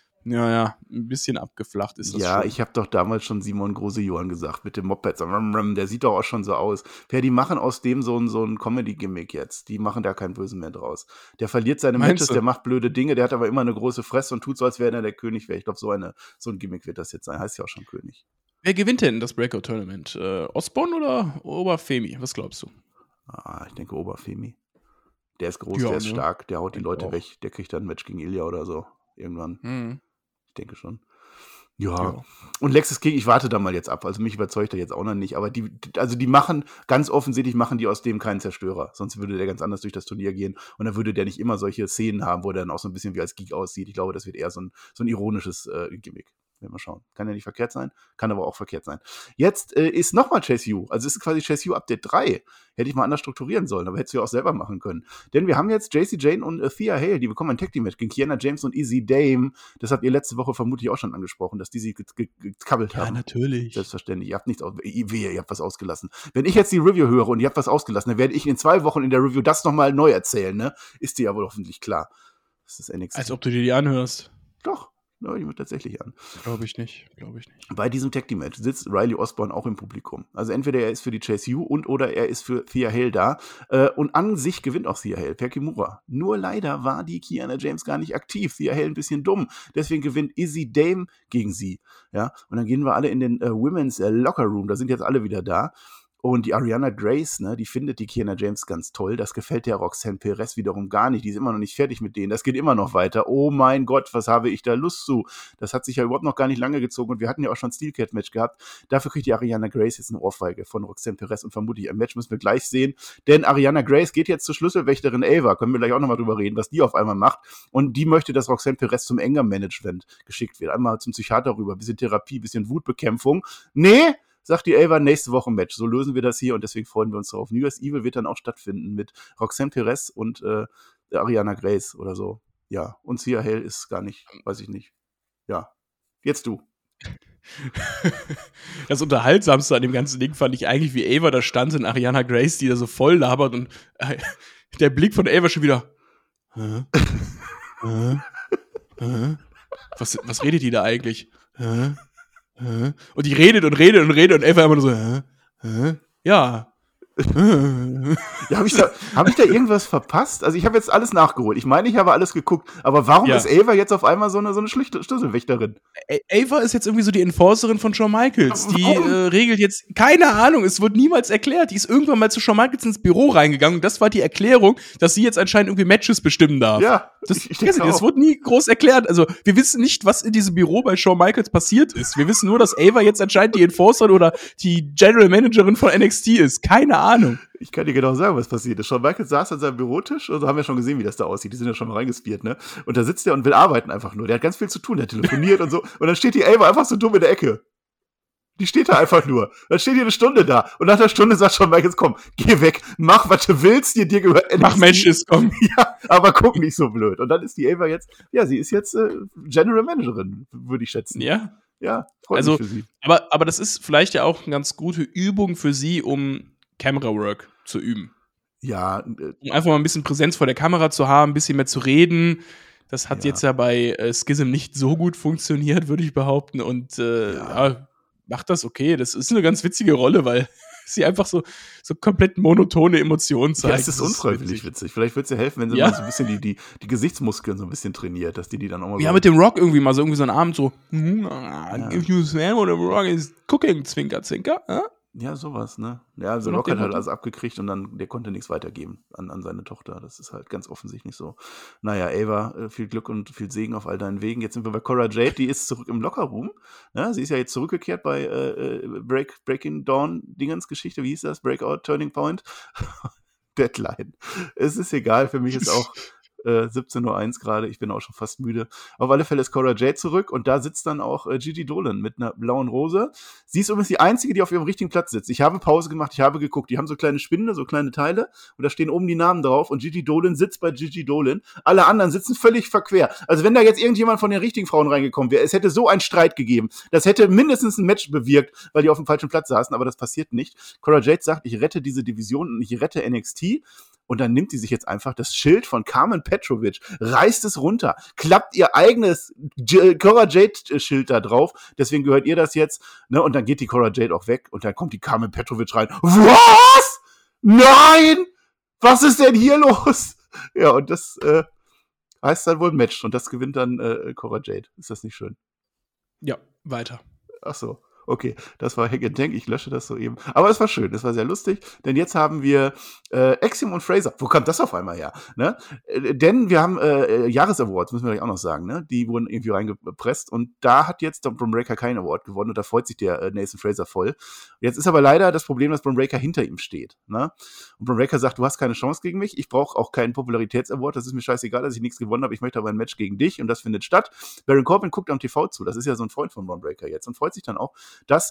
Ja, ein bisschen abgeflacht ist das schon. Ja, ich habe doch damals schon Simon Große-Johann gesagt, mit dem Moped. Der sieht doch auch schon so aus. Die machen aus dem so ein Comedy-Gimmick jetzt. Die machen da keinen Bösen mehr draus. Der verliert seine Matches, der macht blöde Dinge, der hat aber immer eine große Fresse und tut so, als wäre er der König wäre. Ich glaube, so ein Gimmick wird das jetzt sein. Heißt ja auch schon König. Wer gewinnt denn das Breakout-Tournament? Osborne oder Oberfemi? Was glaubst du? Ich denke Oberfemi. Der ist groß, der ist stark, der haut die Leute weg. Der kriegt dann ein Match gegen Ilya oder so. Irgendwann. Ich denke schon. Ja. Und Lexis King, ich warte da mal jetzt ab. Also mich überzeugt er jetzt auch noch nicht. Aber die machen, ganz offensichtlich machen die aus dem keinen Zerstörer. Sonst würde der ganz anders durch das Turnier gehen. Und dann würde der nicht immer solche Szenen haben, wo der dann auch so ein bisschen wie als Geek aussieht. Ich glaube, das wird eher so ein ironisches Gimmick. Werden wir schauen. Kann ja nicht verkehrt sein, kann aber auch verkehrt sein. Jetzt ist nochmal Chase U. Also es ist quasi Chase U Update 3. Hätte ich mal anders strukturieren sollen, aber hättest du ja auch selber machen können. Denn wir haben jetzt JC Jane und Thea Hale, die bekommen ein Tag-Team-Match gegen Kiana James und Izzy Dame. Das habt ihr letzte Woche vermutlich auch schon angesprochen, dass die sie gekabbelt haben. Ja, natürlich. Selbstverständlich. Ihr habt nichts ihr habt was ausgelassen. Wenn ich jetzt die Review höre und ihr habt was ausgelassen, dann werde ich in 2 Wochen in der Review das nochmal neu erzählen, ne? Ist dir ja wohl hoffentlich klar. Das ist NXT. Als ob du dir die anhörst. Doch. Ja, ich würde tatsächlich an. Glaube ich nicht. Bei diesem Tag-Team-Match sitzt Riley Osborne auch im Publikum. Also entweder er ist für die Chase U oder er ist für Thea Hale da. Und an sich gewinnt auch Thea Hale per Kimura. Nur leider war die Kiana James gar nicht aktiv. Thea Hale ein bisschen dumm. Deswegen gewinnt Izzy Dame gegen sie. Ja? Und dann gehen wir alle in den Women's Locker Room. Da sind jetzt alle wieder da. Und die Ariana Grace, ne, die findet die Kiana James ganz toll. Das gefällt der Roxanne Perez wiederum gar nicht. Die ist immer noch nicht fertig mit denen. Das geht immer noch weiter. Oh mein Gott, was habe ich da Lust zu? Das hat sich ja überhaupt noch gar nicht lange gezogen. Und wir hatten ja auch schon ein Steel Cat Match gehabt. Dafür kriegt die Ariana Grace jetzt eine Ohrfeige von Roxanne Perez. Und vermutlich ein Match müssen wir gleich sehen. Denn Ariana Grace geht jetzt zur Schlüsselwächterin Ava. Können wir gleich auch nochmal drüber reden, was die auf einmal macht. Und die möchte, dass Roxanne Perez zum Anger-Management geschickt wird. Einmal zum Psychiater rüber. Bisschen Therapie, bisschen Wutbekämpfung. Nee! Sagt die Ava, nächste Woche ein Match. So lösen wir das hier und deswegen freuen wir uns drauf. New Year's Evil wird dann auch stattfinden mit Roxanne Perez und Ariana Grace oder so. Ja, und Thea Hale ist gar nicht, weiß ich nicht. Ja, jetzt du. Das Unterhaltsamste an dem ganzen Ding fand ich eigentlich, wie Ava da stand und Ariana Grace, die da so voll labert und der Blick von Ava schon wieder. Was redet die da eigentlich? Und die redet und Ava immer nur so, ja, Ja, hab ich da irgendwas verpasst? Also ich habe jetzt alles nachgeholt. Ich meine, ich habe alles geguckt. Aber warum ist Ava jetzt auf einmal so eine Schlüsselwächterin? Ava ist jetzt irgendwie so die Enforcerin von Shawn Michaels. Die regelt jetzt, keine Ahnung, es wird niemals erklärt. Die ist irgendwann mal zu Shawn Michaels ins Büro reingegangen. Und das war die Erklärung, dass sie jetzt anscheinend irgendwie Matches bestimmen darf. Ja, das wurde nie groß erklärt. Also wir wissen nicht, was in diesem Büro bei Shawn Michaels passiert ist. Wir wissen nur, dass Ava jetzt anscheinend die Enforcerin oder die General Managerin von NXT ist. Keine Ahnung. Ich kann dir genau sagen, was passiert ist. Shawn Michaels saß an seinem Bürotisch, also haben wir schon gesehen, wie das da aussieht. Die sind ja schon mal reingespielt, ne? Und da sitzt er und will arbeiten einfach nur. Der hat ganz viel zu tun, der telefoniert und so. Und dann steht die Ava einfach so dumm in der Ecke. Die steht da einfach nur. Dann steht die eine Stunde da. Und nach einer Stunde sagt Shawn Michaels, komm, geh weg, mach, was du willst, dir gehört NXT. Mach Matches, komm. Ja, aber guck nicht so blöd. Und dann ist die Ava jetzt, ja, sie ist jetzt General Managerin, würde ich schätzen. Ja. Ja, freut mich für sie. Aber das ist vielleicht ja auch eine ganz gute Übung für sie, um Camera Work zu üben. Ja. Um einfach mal ein bisschen Präsenz vor der Kamera zu haben, ein bisschen mehr zu reden. Das hat jetzt ja bei Schism nicht so gut funktioniert, würde ich behaupten. Und macht das okay. Das ist eine ganz witzige Rolle, weil sie einfach so komplett monotone Emotionen zeigt. Ja, es ist unfreiwillig witzig. Vielleicht würde es ja helfen, wenn sie mal so ein bisschen die Gesichtsmuskeln so ein bisschen trainiert, dass die dann auch mal ja, mit dem Rock irgendwie mal so einen Abend so if you smell what the Rock is cooking, Zwinker, Zwinker. Ja, sowas, ne? Ja, also Rock hat halt alles abgekriegt und dann, der konnte nichts weitergeben an seine Tochter. Das ist halt ganz offensichtlich so. Naja, Ava, viel Glück und viel Segen auf all deinen Wegen. Jetzt sind wir bei Cora Jade, die ist zurück im Lockerroom. Ja, sie ist ja jetzt zurückgekehrt bei Breaking Dawn Dingens Geschichte. Wie hieß das? Breakout, Turning Point? Deadline. Es ist egal, für mich ist auch 17:01 Uhr gerade, ich bin auch schon fast müde. Auf alle Fälle ist Cora Jade zurück und da sitzt dann auch Gigi Dolan mit einer blauen Rose. Sie ist übrigens die Einzige, die auf ihrem richtigen Platz sitzt. Ich habe Pause gemacht, ich habe geguckt. Die haben so kleine Spinde, so kleine Teile und da stehen oben die Namen drauf und Gigi Dolan sitzt bei Gigi Dolan. Alle anderen sitzen völlig verquer. Also wenn da jetzt irgendjemand von den richtigen Frauen reingekommen wäre, es hätte so einen Streit gegeben. Das hätte mindestens ein Match bewirkt, weil die auf dem falschen Platz saßen, aber das passiert nicht. Cora Jade sagt, ich rette diese Division und ich rette NXT. Und dann nimmt sie sich jetzt einfach das Schild von Carmen Petrovic, reißt es runter, klappt ihr eigenes Cora Jade-Schild da drauf. Deswegen gehört ihr das jetzt. Ne? Und dann geht die Cora Jade auch weg. Und dann kommt die Carmen Petrovic rein. Was? Nein! Was ist denn hier los? Ja, und das heißt dann wohl ein Match. Und das gewinnt dann Cora Jade. Ist das nicht schön? Ja, weiter. Ach so. Okay, das war Hack and Tank, ich lösche das so eben. Aber es war schön, es war sehr lustig, denn jetzt haben wir Axiom und Fraser. Wo kommt das auf einmal her? Ne? Denn wir haben Jahresawards, müssen wir gleich auch noch sagen, ne? Die wurden irgendwie reingepresst und da hat jetzt Bron Breakker keinen Award gewonnen und da freut sich der Nathan Fraser voll. Jetzt ist aber leider das Problem, dass Bron Breakker hinter ihm steht. Ne? Und Bron Breakker sagt, du hast keine Chance gegen mich, ich brauche auch keinen Popularitätsaward, das ist mir scheißegal, dass ich nichts gewonnen habe, ich möchte aber ein Match gegen dich und das findet statt. Baron Corbin guckt am TV zu, das ist ja so ein Freund von Bron Breakker jetzt und freut sich dann auch, dass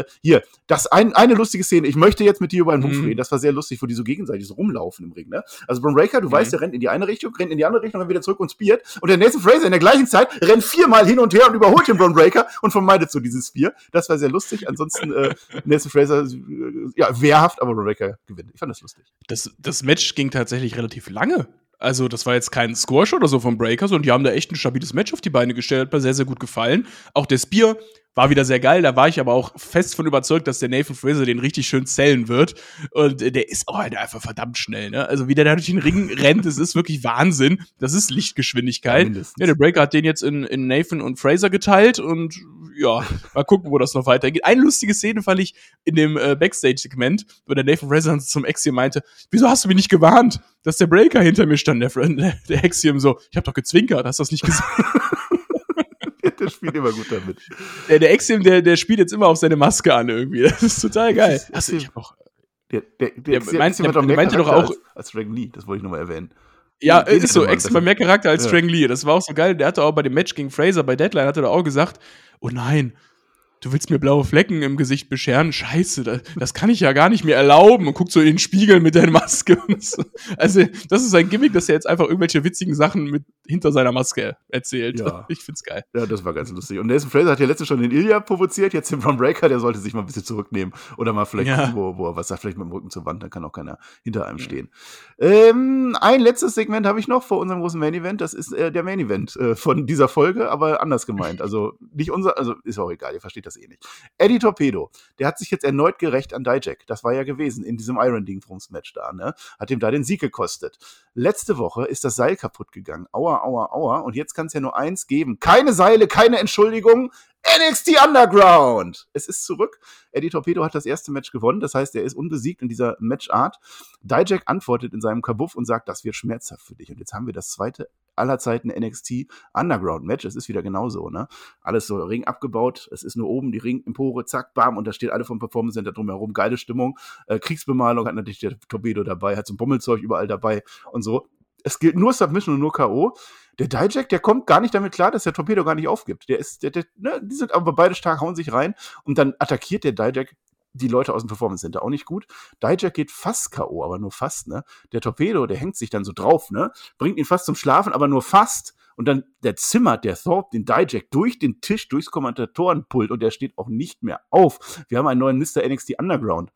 eine lustige Szene, ich möchte jetzt mit dir über einen Move reden, das war sehr lustig, wo die so gegenseitig so rumlaufen im Ring, ne? Also Bron Breakker, du weißt, der rennt in die eine Richtung, rennt in die andere Richtung, dann wieder zurück und speart und der Nathan Fraser in der gleichen Zeit rennt 4-mal hin und her und überholt den Bron Breakker und vermeidet so dieses Spear. Das war sehr lustig, ansonsten Nathan Fraser, wehrhaft, aber Bron Breakker gewinnt. Ich fand das lustig. Das Match ging tatsächlich relativ lange. Also das war jetzt kein Squash oder so von Breakker, sondern die haben da echt ein stabiles Match auf die Beine gestellt, hat mir sehr, sehr gut gefallen. Auch der Spear war wieder sehr geil, da war ich aber auch fest von überzeugt, dass der Nathan Fraser den richtig schön zählen wird. Und der ist auch halt einfach verdammt schnell, ne? Also wie der da durch den Ring rennt, das ist wirklich Wahnsinn. Das ist Lichtgeschwindigkeit. Ja, der Breakker hat den jetzt in Nathan und Fraser geteilt und ja, mal gucken, wo das noch weitergeht. Eine lustige Szene fand ich in dem Backstage-Segment, wo der Nathan Fraser zum Axiom meinte, wieso hast du mich nicht gewarnt, dass der Breakker hinter mir stand? Der Axiom so, ich hab doch gezwinkert, hast du das nicht gesehen? Der spielt immer gut damit. Der Axiom, der spielt jetzt immer auf seine Maske an irgendwie. Das ist total geil. Also ich hab auch der meinte doch auch als Dragon Lee, das wollte ich nochmal erwähnen. Ja, ist so, Axiom hat mehr Charakter als Dragon Lee. Das war auch so geil. Der hatte auch bei dem Match gegen Fraser bei Deadline, hat er doch auch gesagt, oh nein, du willst mir blaue Flecken im Gesicht bescheren? Scheiße, das kann ich ja gar nicht mehr erlauben. Und guckt so in den Spiegel mit der Maske und so. Also, das ist ein Gimmick, dass er jetzt einfach irgendwelche witzigen Sachen mit hinter seiner Maske erzählt. Ja. Ich find's geil. Ja, das war ganz lustig. Und Nathan Fraser hat ja letztens schon den Ilya provoziert, jetzt den Bron Breakker, der sollte sich mal ein bisschen zurücknehmen. Oder mal vielleicht gucken, wo er was sagt, vielleicht mit dem Rücken zur Wand, dann kann auch keiner hinter einem stehen. Ein letztes Segment habe ich noch vor unserem großen Main Event. Das ist der Main Event von dieser Folge, aber anders gemeint. Also nicht unser, also ist auch egal, ihr versteht das eh nicht. Eddie Torpedo, der hat sich jetzt erneut gerecht an Dijak. Das war ja gewesen in diesem Iron-Dingsbums-Match da, ne? Hat ihm da den Sieg gekostet. Letzte Woche ist das Seil kaputt gegangen. Aua, aua, aua. Und jetzt kann es ja nur eins geben. Keine Seile, keine Entschuldigung. NXT Underground! Es ist zurück. Eddie Torpedo hat das erste Match gewonnen. Das heißt, er ist unbesiegt in dieser Matchart. Dijak antwortet in seinem Kabuff und sagt, das wird schmerzhaft für dich. Und jetzt haben wir das zweite aller Zeiten NXT Underground Match. Es ist wieder genauso, ne? Alles so Ring abgebaut. Es ist nur oben die Ringempore, zack, bam. Und da steht alle vom Performance Center drumherum. Geile Stimmung. Kriegsbemalung hat natürlich der Torpedo dabei, hat so ein Bommelzeug überall dabei und so. Es gilt nur Submission und nur K.O. Der Dijak, der kommt gar nicht damit klar, dass der Torpedo gar nicht aufgibt. Die sind aber beide stark, hauen sich rein und dann attackiert der Dijak die Leute aus dem Performance Center auch nicht gut. Dijak geht fast K.O., aber nur fast, ne? Der Torpedo, der hängt sich dann so drauf, ne? Bringt ihn fast zum Schlafen, aber nur fast. Und dann der Thorpe, den Dijak durch den Tisch, durchs Kommentatorenpult und der steht auch nicht mehr auf. Wir haben einen neuen Mr. NXT Underground.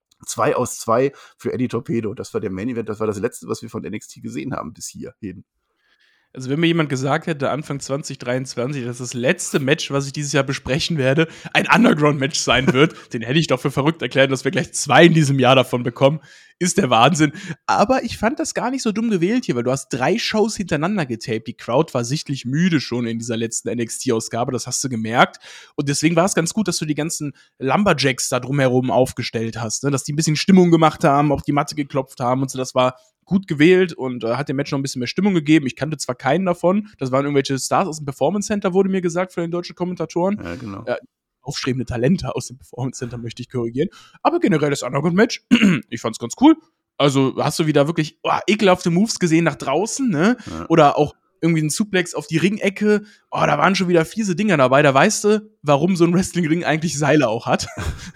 2 aus 2 für Eddie Torpedo. Das war der Main Event, das war das Letzte, was wir von NXT gesehen haben bis hierhin. Also wenn mir jemand gesagt hätte, Anfang 2023, dass das letzte Match, was ich dieses Jahr besprechen werde, ein Underground-Match sein wird, den hätte ich doch für verrückt erklärt, dass wir gleich 2 in diesem Jahr davon bekommen. Ist der Wahnsinn. Aber ich fand das gar nicht so dumm gewählt hier, weil du hast 3 Shows hintereinander getaped. Die Crowd war sichtlich müde schon in dieser letzten NXT-Ausgabe, das hast du gemerkt. Und deswegen war es ganz gut, dass du die ganzen Lumberjacks da drumherum aufgestellt hast, ne? Dass die ein bisschen Stimmung gemacht haben, auf die Matte geklopft haben und so. Das war gut gewählt und hat dem Match noch ein bisschen mehr Stimmung gegeben. Ich kannte zwar keinen davon, das waren irgendwelche Stars aus dem Performance Center, wurde mir gesagt von den deutschen Kommentatoren. Ja, genau. Aufstrebende Talente aus dem Performance Center möchte ich korrigieren. Aber generell das Underground-Match, ich fand's ganz cool. Also hast du wieder wirklich ekelhafte Moves gesehen nach draußen, ne? Ja. Oder auch irgendwie einen Suplex auf die Ringecke. Da waren schon wieder fiese Dinger dabei. Da weißt du, warum so ein Wrestling-Ring eigentlich Seile auch hat.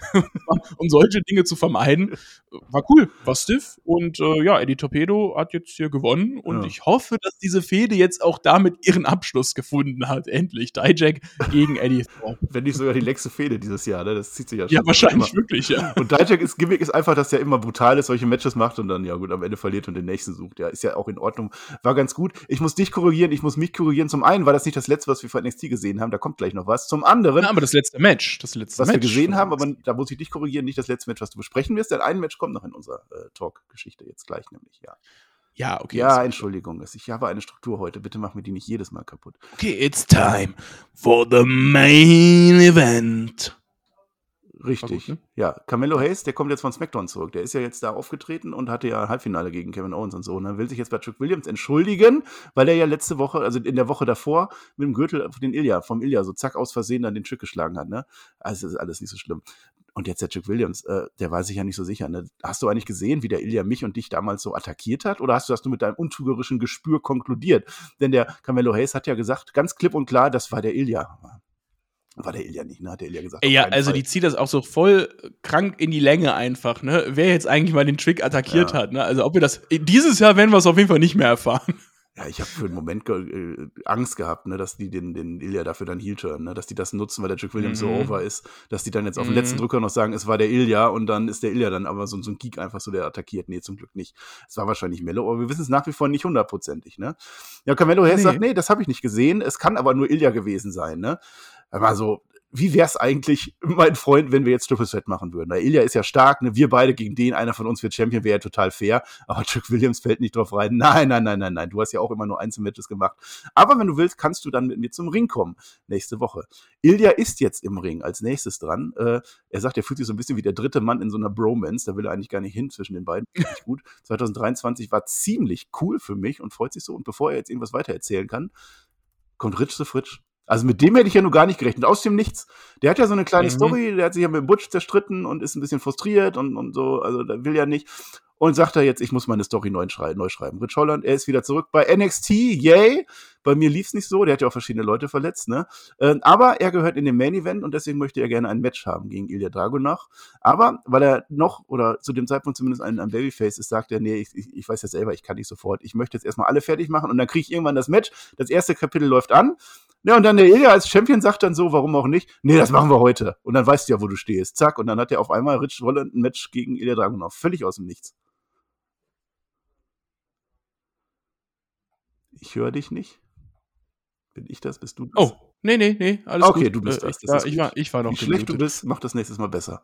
Um solche Dinge zu vermeiden. War cool, war stiff. Und Eddie Torpedo hat jetzt hier gewonnen. Und ich hoffe, dass diese Fehde jetzt auch damit ihren Abschluss gefunden hat. Endlich. Dijak gegen Eddie Thorpe. Wenn nicht sogar die längste Fehde dieses Jahr, ne? Das zieht sich ja schon. Ja, wahrscheinlich wirklich, ja. Und Dijaks Gimmick ist einfach, dass er immer brutal ist, solche Matches macht und dann, ja gut, am Ende verliert und den nächsten sucht. Ja, ist ja auch in Ordnung. War ganz gut. Ich muss dich korrigieren, ich muss mich korrigieren. Zum einen war das nicht das letzte, was wir von NXT gesehen haben. Da kommt gleich noch was. Zum anderen. Ja, aber das letzte Match. Was wir gesehen haben, aber da muss ich dich korrigieren, nicht das letzte Match, was du besprechen wirst. Denn ein Match kommt noch in unserer Talk-Geschichte jetzt gleich, nämlich, ja. Ja, okay. Ja, Entschuldigung. Ich habe eine Struktur heute. Bitte mach mir die nicht jedes Mal kaputt. Okay, it's time for the main event. Richtig. Gut, ne? Ja, Carmelo Hayes, der kommt jetzt von SmackDown zurück. Der ist ja jetzt da aufgetreten und hatte ja ein Halbfinale gegen Kevin Owens und so. Ne? Will sich jetzt bei Trick Williams entschuldigen, weil er ja letzte Woche, also in der Woche davor, mit dem Gürtel vom Ilya so zack aus Versehen dann den Trick geschlagen hat. Ne? Also das ist alles nicht so schlimm. Und jetzt der Trick Williams, der war sich ja nicht so sicher. Ne? Hast du eigentlich gesehen, wie der Ilya mich und dich damals so attackiert hat? Oder hast du das nur mit deinem untrügerischen Gespür konkludiert? Denn der Carmelo Hayes hat ja gesagt, ganz klipp und klar, das war der Ilya. War der Ilya nicht, ne? Hat der Ilya gesagt. Ja, also die zieht das auch so voll krank in die Länge einfach, ne? Wer jetzt eigentlich mal den Trick attackiert hat, ne? Also ob wir das, dieses Jahr werden wir es auf jeden Fall nicht mehr erfahren. Ja, ich habe für einen Moment Angst gehabt, ne, dass die den Ilya dafür dann heel-turnen, ne, dass die das nutzen, weil der Trick Williams so over ist, dass die dann jetzt auf den letzten Drücker noch sagen, es war der Ilya und dann ist der Ilya dann aber so ein Geek einfach so, der attackiert. Nee, zum Glück nicht. Es war wahrscheinlich Mello, aber wir wissen es nach wie vor nicht 100%, ne. Ja, Carmelo Hayes sagt, nee, das habe ich nicht gesehen, es kann aber nur Ilya gewesen sein, ne. Aber so, wie wär's eigentlich, mein Freund, wenn wir jetzt Triple Threat machen würden? Der Ilya ist ja stark, ne? Wir beide gegen den, einer von uns wird Champion, wäre ja total fair. Aber Trick Williams fällt nicht drauf rein. Nein. Du hast ja auch immer nur Einzelmatches gemacht. Aber wenn du willst, kannst du dann mit mir zum Ring kommen. Nächste Woche. Ilya ist jetzt im Ring als nächstes dran. Er sagt, er fühlt sich so ein bisschen wie der dritte Mann in so einer Bromance. Da will er eigentlich gar nicht hin zwischen den beiden. Nicht gut. 2023 war ziemlich cool für mich und freut sich so. Und bevor er jetzt irgendwas weiter erzählen kann, kommt Rich the Fritsch. Also mit dem hätte ich ja nur gar nicht gerechnet. Aus dem Nichts. Der hat ja so eine kleine Story, der hat sich ja mit dem Butch zerstritten und ist ein bisschen frustriert und so, also der will ja nicht. Und sagt er jetzt, ich muss meine Story neu schreiben. Rich Holland, er ist wieder zurück bei NXT, yay! Bei mir lief es nicht so, der hat ja auch verschiedene Leute verletzt, ne? Aber er gehört in den Main Event und deswegen möchte er gerne ein Match haben gegen Ilja Dragunov. Aber weil er noch, oder zu dem Zeitpunkt zumindest ein Babyface ist, sagt er, nee, ich weiß ja selber, ich kann nicht sofort. Ich möchte jetzt erstmal alle fertig machen und dann kriege ich irgendwann das Match. Das erste Kapitel läuft an. Ja, und dann der Ilja als Champion sagt dann so, warum auch nicht? Nee, das machen wir heute. Und dann weißt du ja, wo du stehst. Zack. Und dann hat er auf einmal Rich Holland ein Match gegen Ilja Dragunov. Völlig aus dem Nichts. Ich höre dich nicht. Bin ich das? Bist du das? Oh, nee, alles gut. Okay, du bist das. Ich war noch Wie schlecht gemutet. du bist, mach das nächstes Mal besser.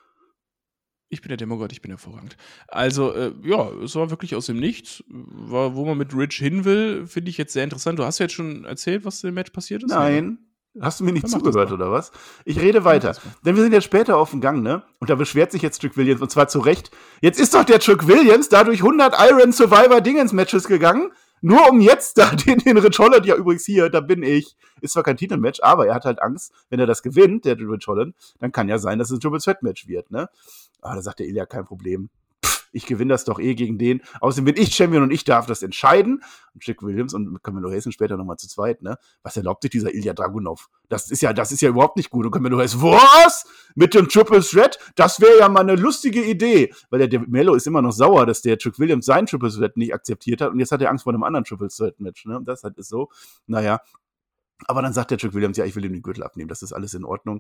Ich bin der Demogod, ich bin hervorragend. Also, ja, es war wirklich aus dem Nichts. Wo man mit Rich hin will, finde ich jetzt sehr interessant. Du hast ja jetzt schon erzählt, was im Match passiert ist? Nein. Hast du mir nicht Dann mach zugehört, das mal. oder was? Ich rede weiter. das mal. Denn wir sind jetzt später auf dem Gang, ne? Und da beschwert sich jetzt Trick Williams, und zwar zu Recht. Jetzt ist doch der Trick Williams da durch 100 Iron Survivor Dingens-Matches gegangen, nur um jetzt da den Rich Holland, ja übrigens hier, da bin ich. Ist zwar kein Titelmatch, aber er hat halt Angst, wenn er das gewinnt, der Rich Holland, dann kann ja sein, dass es ein Triple Threat Match wird, ne? Ah, da sagt der Ilja, kein Problem. Ich gewinne das doch gegen den. Außerdem bin ich Champion und ich darf das entscheiden. Und Trick Williams und Carmelo Hayes sind später nochmal zu zweit, ne? Was erlaubt sich dieser Ilja Dragunov? Das ist ja überhaupt nicht gut. Und Carmelo Hayes, was? Mit dem Triple Threat? Das wäre ja mal eine lustige Idee. Weil der Mello ist immer noch sauer, dass der Trick Williams seinen Triple Threat nicht akzeptiert hat. Und jetzt hat er Angst vor einem anderen Triple Threat Match, ne? Das halt ist so. Naja. Aber dann sagt der Trick Williams, ja, ich will ihm den Gürtel abnehmen, das ist alles in Ordnung.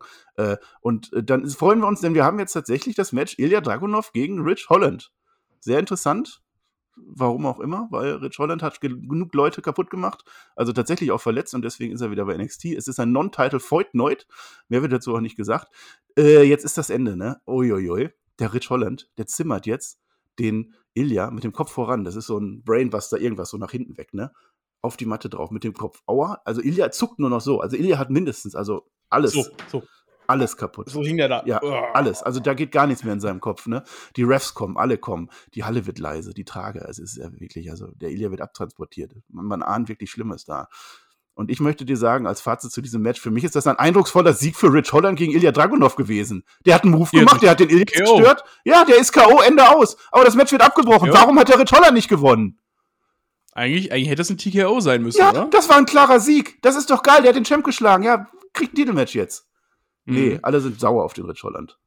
Und dann freuen wir uns, denn wir haben jetzt tatsächlich das Match Ilja Dragunov gegen Rich Holland. Sehr interessant, warum auch immer, weil Rich Holland hat genug Leute kaputt gemacht, also tatsächlich auch verletzt und deswegen ist er wieder bei NXT. Es ist ein Non-Title Fight Night, mehr wird dazu auch nicht gesagt. Jetzt ist das Ende, ne? Uiuiui, der Rich Holland, der zimmert jetzt den Ilja mit dem Kopf voran, das ist so ein Brainbuster, irgendwas so nach hinten weg, ne? Auf die Matte drauf mit dem Kopf. Aua, also Ilja zuckt nur noch so. Also Ilja hat mindestens, also alles. So. Alles kaputt. So hing der da. Ja, alles. Also da geht gar nichts mehr in seinem Kopf, ne? Die Refs kommen, alle kommen. Die Halle wird leise, die Trage. Also es ist ja wirklich, also der Ilja wird abtransportiert. Man ahnt wirklich Schlimmes da. Und ich möchte dir sagen, als Fazit zu diesem Match, für mich ist das ein eindrucksvoller Sieg für Rich Holland gegen Ilja Dragunov gewesen. Der hat einen Move gemacht, der hat den Ilja zerstört. Ja, der ist K.O., Ende aus. Aber das Match wird abgebrochen. Warum hat der Rich Holland nicht gewonnen? Eigentlich hätte es ein TKO sein müssen, ja, oder? Das war ein klarer Sieg. Das ist doch geil, der hat den Champ geschlagen. Ja, kriegt ein Titelmatch jetzt. Nee, alle sind sauer auf den Rich Holland.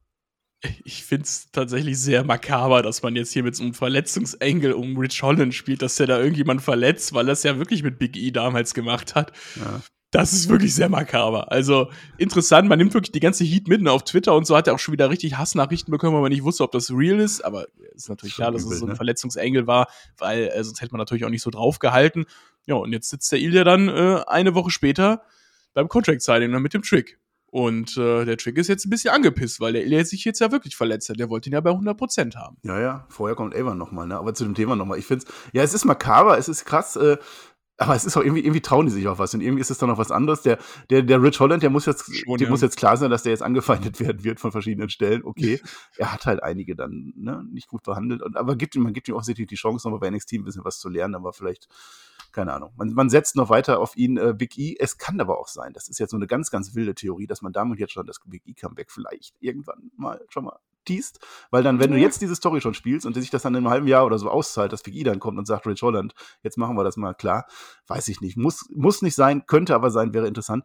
Ich finde es tatsächlich sehr makaber, dass man jetzt hier mit so einem Verletzungsengel um Rich Holland spielt, dass der da irgendjemand verletzt, weil er es ja wirklich mit Big E damals gemacht hat. Ja. Das ist wirklich sehr makaber. Also interessant, man nimmt wirklich die ganze Heat mitten auf Twitter und so hat er auch schon wieder richtig Hassnachrichten bekommen, weil man nicht wusste, ob das real ist. Aber es ist natürlich klar, dass es so ein Verletzungsengel war, weil sonst hätte man natürlich auch nicht so drauf gehalten. Ja, und jetzt sitzt der Ilja dann eine Woche später beim Contract-Signing dann mit dem Trick. Und der Trick ist jetzt ein bisschen angepisst, weil der Ilja sich jetzt ja wirklich verletzt hat. Der wollte ihn ja bei 100% haben. Ja, vorher kommt Avon nochmal, ne? Aber zu dem Thema nochmal. Ich finde es ist makaber, es ist krass, aber es ist auch irgendwie trauen die sich auch was. Und irgendwie ist es dann noch was anderes. Der Rich Holland, muss jetzt klar sein, dass der jetzt angefeindet werden wird von verschiedenen Stellen. Okay, er hat halt einige dann nicht gut behandelt. Aber man gibt ihm offensichtlich die Chance, nochmal bei NXT ein bisschen was zu lernen. Aber vielleicht, keine Ahnung. Man setzt noch weiter auf ihn, Big E. Es kann aber auch sein, das ist jetzt so eine ganz, ganz wilde Theorie, dass man damit jetzt schon das Big E-Comeback vielleicht irgendwann schon mal teast, weil dann, wenn du jetzt diese Story schon spielst und sich das dann in einem halben Jahr oder so auszahlt, dass Big E dann kommt und sagt, Rich Holland, jetzt machen wir das mal klar, weiß ich nicht, muss nicht sein, könnte aber sein, wäre interessant.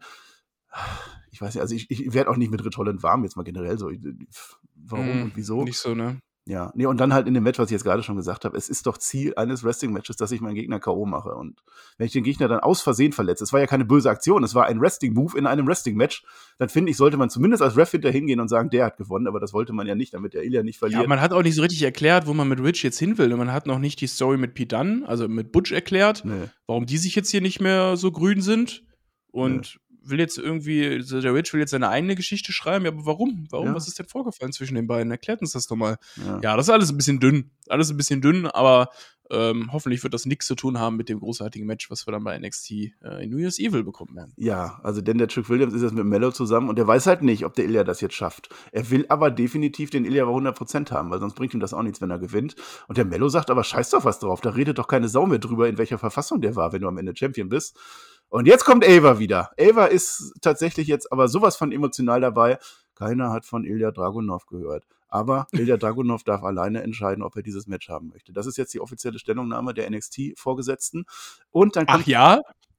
Ich weiß nicht, also ich werde auch nicht mit Rich Holland warm, jetzt mal generell so, warum und wieso. Nicht so, ne? Ja, nee, und dann halt in dem Match, was ich jetzt gerade schon gesagt habe, es ist doch Ziel eines Wrestling-Matches, dass ich meinen Gegner K.O. mache. Und wenn ich den Gegner dann aus Versehen verletze, es war ja keine böse Aktion, es war ein Wrestling-Move in einem Wrestling-Match, dann finde ich, sollte man zumindest als Ref hinterher hingehen und sagen, der hat gewonnen, aber das wollte man ja nicht, damit der Ilja nicht verliert. Ja, man hat auch nicht so richtig erklärt, wo man mit Rich jetzt hin will. Und man hat noch nicht die Story mit Pete Dunne, also mit Butch erklärt, warum die sich jetzt hier nicht mehr so grün sind. Und will jetzt irgendwie, der Rich will jetzt seine eigene Geschichte schreiben, ja, aber warum? Ja. Was ist denn vorgefallen zwischen den beiden? Erklärt uns das doch mal. Ja, das ist alles ein bisschen dünn, aber hoffentlich wird das nichts zu tun haben mit dem großartigen Match, was wir dann bei NXT in New Year's Evil bekommen werden. Ja, also denn der Trick Williams ist jetzt mit Mello zusammen und der weiß halt nicht, ob der Ilja das jetzt schafft. Er will aber definitiv den Ilja bei 100% haben, weil sonst bringt ihm das auch nichts, wenn er gewinnt. Und der Mello sagt aber, scheiß doch was drauf, da redet doch keine Sau mehr drüber, in welcher Verfassung der war, wenn du am Ende Champion bist. Und jetzt kommt Ava wieder. Ava ist tatsächlich jetzt aber sowas von emotional dabei. Keiner hat von Ilja Dragunov gehört. Aber Ilja Dragunov darf alleine entscheiden, ob er dieses Match haben möchte. Das ist jetzt die offizielle Stellungnahme der NXT-Vorgesetzten. Und dann kommt, ach ja?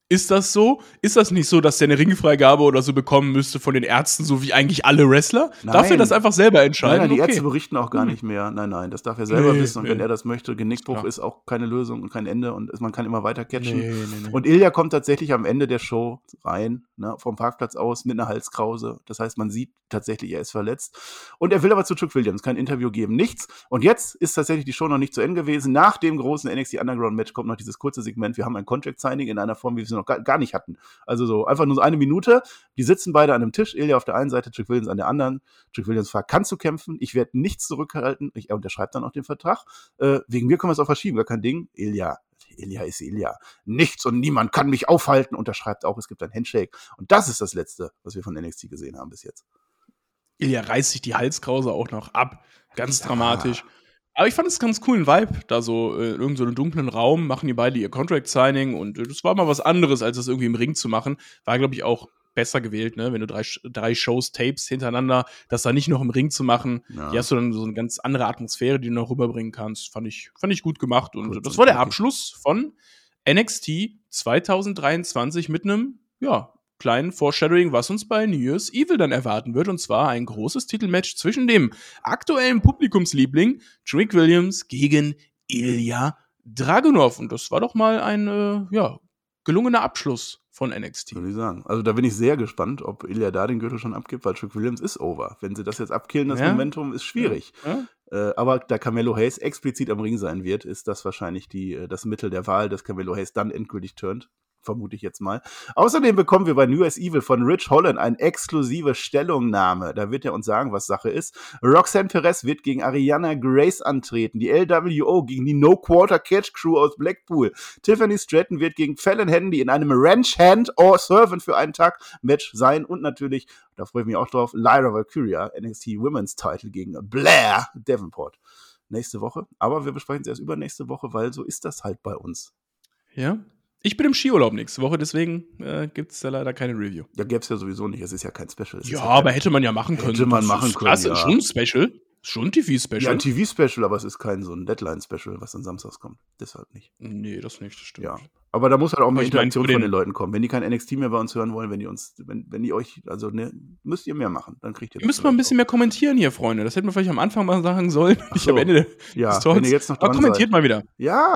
Ist das so? Ist das nicht so, dass der eine Ringfreigabe oder so bekommen müsste von den Ärzten, so wie eigentlich alle Wrestler? Nein. Darf er das einfach selber entscheiden? Nein, die Ärzte berichten auch gar nicht mehr. Nein, das darf er selber wissen. Und wenn er das möchte, Genickbruch ist auch keine Lösung und kein Ende und man kann immer weiter catchen. Nee. Und Ilja kommt tatsächlich am Ende der Show rein, ne, vom Parkplatz aus mit einer Halskrause. Das heißt, man sieht tatsächlich, er ist verletzt. Und er will aber zu Trick Williams kein Interview geben, nichts. Und jetzt ist tatsächlich die Show noch nicht zu Ende gewesen. Nach dem großen NXT Underground Match kommt noch dieses kurze Segment. Wir haben ein Contract Signing in einer Form, wie wir es noch gar nicht hatten. Also so einfach nur so eine Minute. Die sitzen beide an einem Tisch. Ilja auf der einen Seite, Trick Williams an der anderen. Trick Williams fragt, kannst du kämpfen? Ich werde nichts zurückhalten. Er unterschreibt dann auch den Vertrag. Wegen mir können wir es auch verschieben, gar kein Ding. Ilja ist Ilja. Nichts und niemand kann mich aufhalten. Unterschreibt auch, es gibt ein Handshake. Und das ist das Letzte, was wir von NXT gesehen haben bis jetzt. Ilja reißt sich die Halskrause auch noch ab. Ganz dramatisch. Aber ich fand es ganz coolen Vibe, da so in irgendeinem so einem dunklen Raum machen die beide ihr Contract-Signing und das war mal was anderes, als das irgendwie im Ring zu machen. War, glaube ich, auch besser gewählt, ne? Wenn du drei Shows, Tapes hintereinander, das da nicht noch im Ring zu machen, die hast du dann so eine ganz andere Atmosphäre, die du noch rüberbringen kannst. Fand ich gut gemacht und cool, das war der Abschluss von NXT 2023 mit einem, kleinen Foreshadowing, was uns bei New Year's Evil dann erwarten wird. Und zwar ein großes Titelmatch zwischen dem aktuellen Publikumsliebling Trick Williams gegen Ilja Dragunov. Und das war doch mal ein gelungener Abschluss von NXT. Würde ich sagen. Also da bin ich sehr gespannt, ob Ilja da den Gürtel schon abgibt, weil Trick Williams ist over. Wenn sie das jetzt abkillen, das Momentum, ist schwierig. Ja. Aber da Carmelo Hayes explizit am Ring sein wird, ist das wahrscheinlich das Mittel der Wahl, dass Carmelo Hayes dann endgültig turnt. Vermute ich jetzt mal. Außerdem bekommen wir bei New Year's Evil von Rich Holland eine exklusive Stellungnahme. Da wird er uns sagen, was Sache ist. Roxanne Perez wird gegen Ariana Grace antreten. Die LWO gegen die No Quarter Catch Crew aus Blackpool. Tiffany Stratton wird gegen Fallon Henley in einem Ranch Hand or Servant für einen Tag Match sein. Und natürlich, da freue ich mich auch drauf, Lyra Valkyria, NXT Women's Title gegen Blair Davenport. Nächste Woche. Aber wir besprechen es erst übernächste Woche, weil so ist das halt bei uns. Ja. Ich bin im Skiurlaub nächste Woche, deswegen gibt es da leider keine Review. Ja, gäbe es ja sowieso nicht. Es ist ja kein Special. Aber hätte man ja machen können. Hätte man machen können, Das ist schon ein Special. Schon ein TV-Special. Ja, ein TV-Special, aber es ist kein so ein Deadline-Special, was dann samstags kommt. Deshalb nicht. Nee, das nicht, das stimmt. Ja, aber da muss halt auch mehr Interaktion von den Leuten kommen. Wenn die kein NXT mehr bei uns hören wollen, wenn die euch, also müsst ihr mehr machen, dann kriegt ihr das. Müsst mal ein bisschen mehr kommentieren hier, Freunde. Das hätten wir vielleicht am Anfang mal sagen sollen. Nicht am Ende des Talks. Wenn ihr jetzt noch dran aber kommentiert seid. Mal wieder. Ja.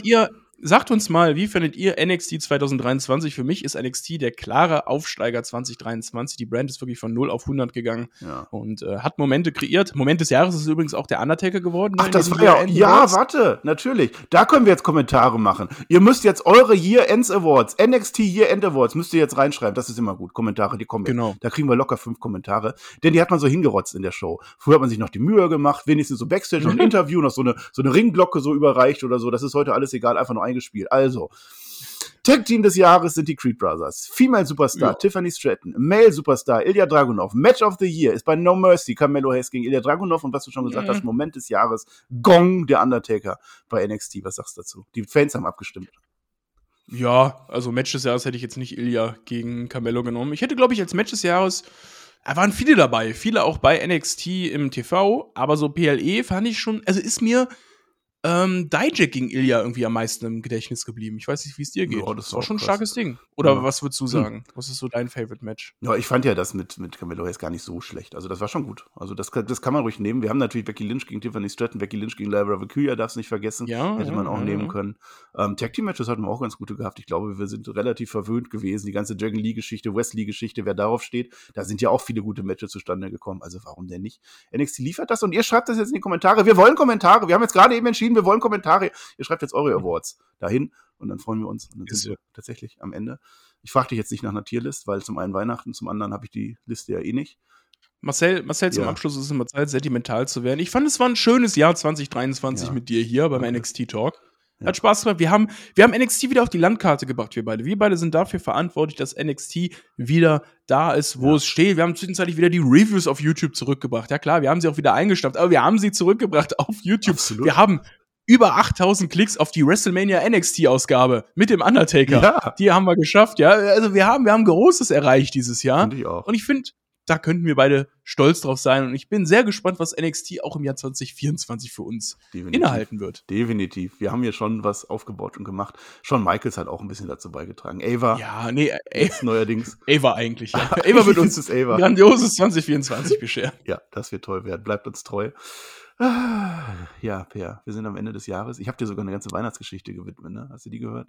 Sagt uns mal, wie findet ihr NXT 2023? Für mich ist NXT der klare Aufsteiger 2023. Die Brand ist wirklich von 0 auf 100 gegangen und hat Momente kreiert. Moment des Jahres ist übrigens auch der Undertaker geworden. Ach, das war warte, natürlich. Da können wir jetzt Kommentare machen. Ihr müsst jetzt eure Year-Ends Awards, NXT Year-End Awards, müsst ihr jetzt reinschreiben. Das ist immer gut. Kommentare, die kommen genau. Da kriegen wir locker 5 Kommentare. Denn die hat man so hingerotzt in der Show. Früher hat man sich noch die Mühe gemacht, wenigstens so Backstage und ein Interview, noch so eine Ringglocke so überreicht oder so. Das ist heute alles egal, einfach nur eingespielt. Also, Tag Team des Jahres sind die Creed Brothers. Female Superstar Tiffany Stratton. Male Superstar Ilja Dragunov. Match of the Year ist bei No Mercy Carmelo Hayes gegen Ilja Dragunov. Und was du schon gesagt hast, Moment des Jahres, Gong, der Undertaker bei NXT. Was sagst du dazu? Die Fans haben abgestimmt. Ja, also Match des Jahres hätte ich jetzt nicht Ilja gegen Carmelo genommen. Ich hätte, glaube ich, als Match des Jahres, da waren viele dabei. Viele auch bei NXT im TV. Aber so PLE fand ich schon, also ist mir Dijak gegen Ilja irgendwie am meisten im Gedächtnis geblieben. Ich weiß nicht, wie es dir geht. Ja, das war schon ein starkes Ding. Oder was würdest du sagen? Was ist so dein Favorite-Match? Ja, ich fand ja das mit Carmelo Hayes gar nicht so schlecht. Also das war schon gut. Also das kann man ruhig nehmen. Wir haben natürlich Becky Lynch gegen Tiffany Stratton, Becky Lynch gegen Lyra Valkyria, darfst nicht vergessen. Hätte man auch nehmen können. Tag-Team-Matches hatten wir auch ganz gute gehabt. Ich glaube, wir sind relativ verwöhnt gewesen. Die ganze Dragon Lee-Geschichte, West Lee-Geschichte, wer darauf steht, da sind ja auch viele gute Matches zustande gekommen. Also warum denn nicht? NXT liefert das und ihr schreibt das jetzt in die Kommentare. Wir wollen Kommentare. Wir haben jetzt gerade eben entschieden, wir wollen Kommentare. Ihr schreibt jetzt eure Awards dahin und dann freuen wir uns. Und dann sind wir tatsächlich am Ende. Ich frage dich jetzt nicht nach einer Tierlist, weil zum einen Weihnachten, zum anderen habe ich die Liste ja eh nicht. Marcel, zum Abschluss ist es immer Zeit, sentimental zu werden. Ich fand, es war ein schönes Jahr 2023 mit dir hier beim NXT Talk. Hat Spaß gemacht. Wir haben NXT wieder auf die Landkarte gebracht, wir beide. Wir beide sind dafür verantwortlich, dass NXT wieder da ist, wo es steht. Wir haben zwischenzeitlich wieder die Reviews auf YouTube zurückgebracht. Ja klar, wir haben sie auch wieder eingestampft, aber wir haben sie zurückgebracht auf YouTube. Absolut. Wir haben über 8000 Klicks auf die WrestleMania NXT-Ausgabe mit dem Undertaker. Ja. Die haben wir geschafft, ja. Also wir haben Großes erreicht dieses Jahr. Find ich auch. Und ich finde, da könnten wir beide stolz drauf sein. Und ich bin sehr gespannt, was NXT auch im Jahr 2024 für uns innehalten wird. Definitiv. Wir haben hier schon was aufgebaut und gemacht. Shawn Michaels hat auch ein bisschen dazu beigetragen. Ava. Ja, nee, neuerdings. Ava eigentlich. Ja. Ava wird uns grandioses 2024 bescheren. Ja, das wird toll werden. Bleibt uns treu. Ja, Per, wir sind am Ende des Jahres. Ich habe dir sogar eine ganze Weihnachtsgeschichte gewidmet, ne? Hast du die gehört?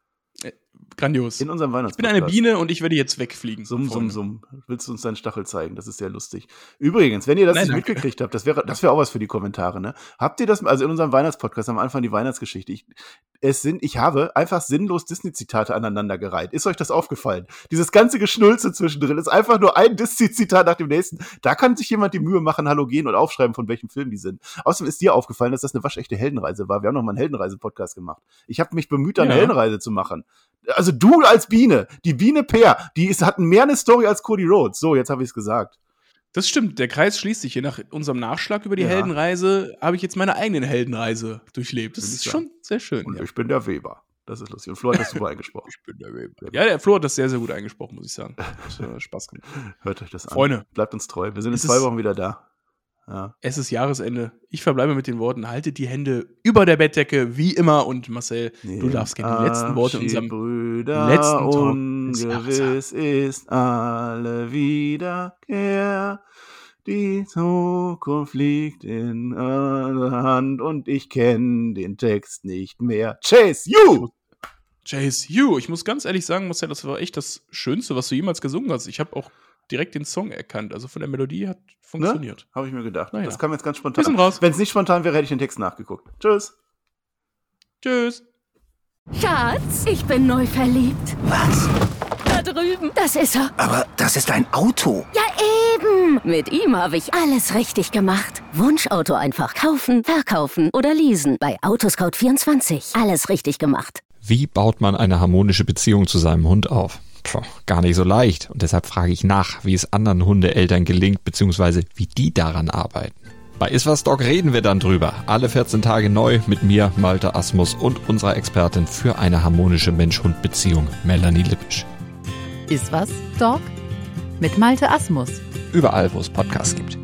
Grandios. In unserem Weihnachtspodcast. Ich bin eine Biene und ich werde jetzt wegfliegen. Summ. Willst du uns deinen Stachel zeigen? Das ist sehr lustig. Übrigens, wenn ihr das nicht mitgekriegt habt, das wäre auch was für die Kommentare, ne? Habt ihr das, also in unserem Weihnachtspodcast am Anfang die Weihnachtsgeschichte, ich habe einfach sinnlos Disney-Zitate aneinandergereiht. Ist euch das aufgefallen? Dieses ganze Geschnulze zwischendrin ist einfach nur ein Disney-Zitat nach dem nächsten. Da kann sich jemand die Mühe machen, halogen und aufschreiben, von welchem Film die sind. Außerdem ist dir aufgefallen, dass das eine waschechte Heldenreise war. Wir haben noch mal einen Heldenreise-Podcast gemacht. Ich habe mich bemüht, eine Heldenreise zu machen. Also du als Biene, die Biene Per, hatten mehr eine Story als Cody Rhodes. So, jetzt habe ich es gesagt. Das stimmt, der Kreis schließt sich. Hier nach unserem Nachschlag über die Heldenreise habe ich jetzt meine eigene Heldenreise durchlebt. Das ist schon sehr schön. Und ich bin der Weber. Das ist lustig. Und Flo hat das super eingesprochen. Ich bin der Weber. Ja, der Flo hat das sehr, sehr gut eingesprochen, muss ich sagen. Hat Spaß gemacht. Hört euch das an. Freunde. Bleibt uns treu. Wir sind in 2 Wochen wieder da. Ja. Es ist Jahresende. Ich verbleibe mit den Worten, haltet die Hände über der Bettdecke, wie immer. Und Marcel, du darfst gerne die letzten Worte in unserem letzten Talk. Ungewiss ist alle Wiederkehr. Die Zukunft liegt in einer Hand und ich kenne den Text nicht mehr. Chase you! Chase you! Ich muss ganz ehrlich sagen, Marcel, das war echt das Schönste, was du jemals gesungen hast. Ich habe auch direkt den Song erkannt. Also von der Melodie hat funktioniert. Ne? Habe ich mir gedacht. Naja. Das kam jetzt ganz spontan. Wir sind raus. Wenn es nicht spontan wäre, hätte ich den Text nachgeguckt. Tschüss. Tschüss. Schatz, ich bin neu verliebt. Was? Da drüben. Das ist er. Aber das ist ein Auto. Ja, eben. Mit ihm habe ich alles richtig gemacht. Wunschauto einfach kaufen, verkaufen oder leasen. Bei Autoscout24. Alles richtig gemacht. Wie baut man eine harmonische Beziehung zu seinem Hund auf? Gar nicht so leicht. Und deshalb frage ich nach, wie es anderen Hundeeltern gelingt, beziehungsweise wie die daran arbeiten. Bei Iswas Dog reden wir dann drüber. Alle 14 Tage neu mit mir, Malte Asmus und unserer Expertin für eine harmonische Mensch-Hund-Beziehung, Melanie Lippisch. Iswas Dog mit Malte Asmus. Überall, wo es Podcasts gibt.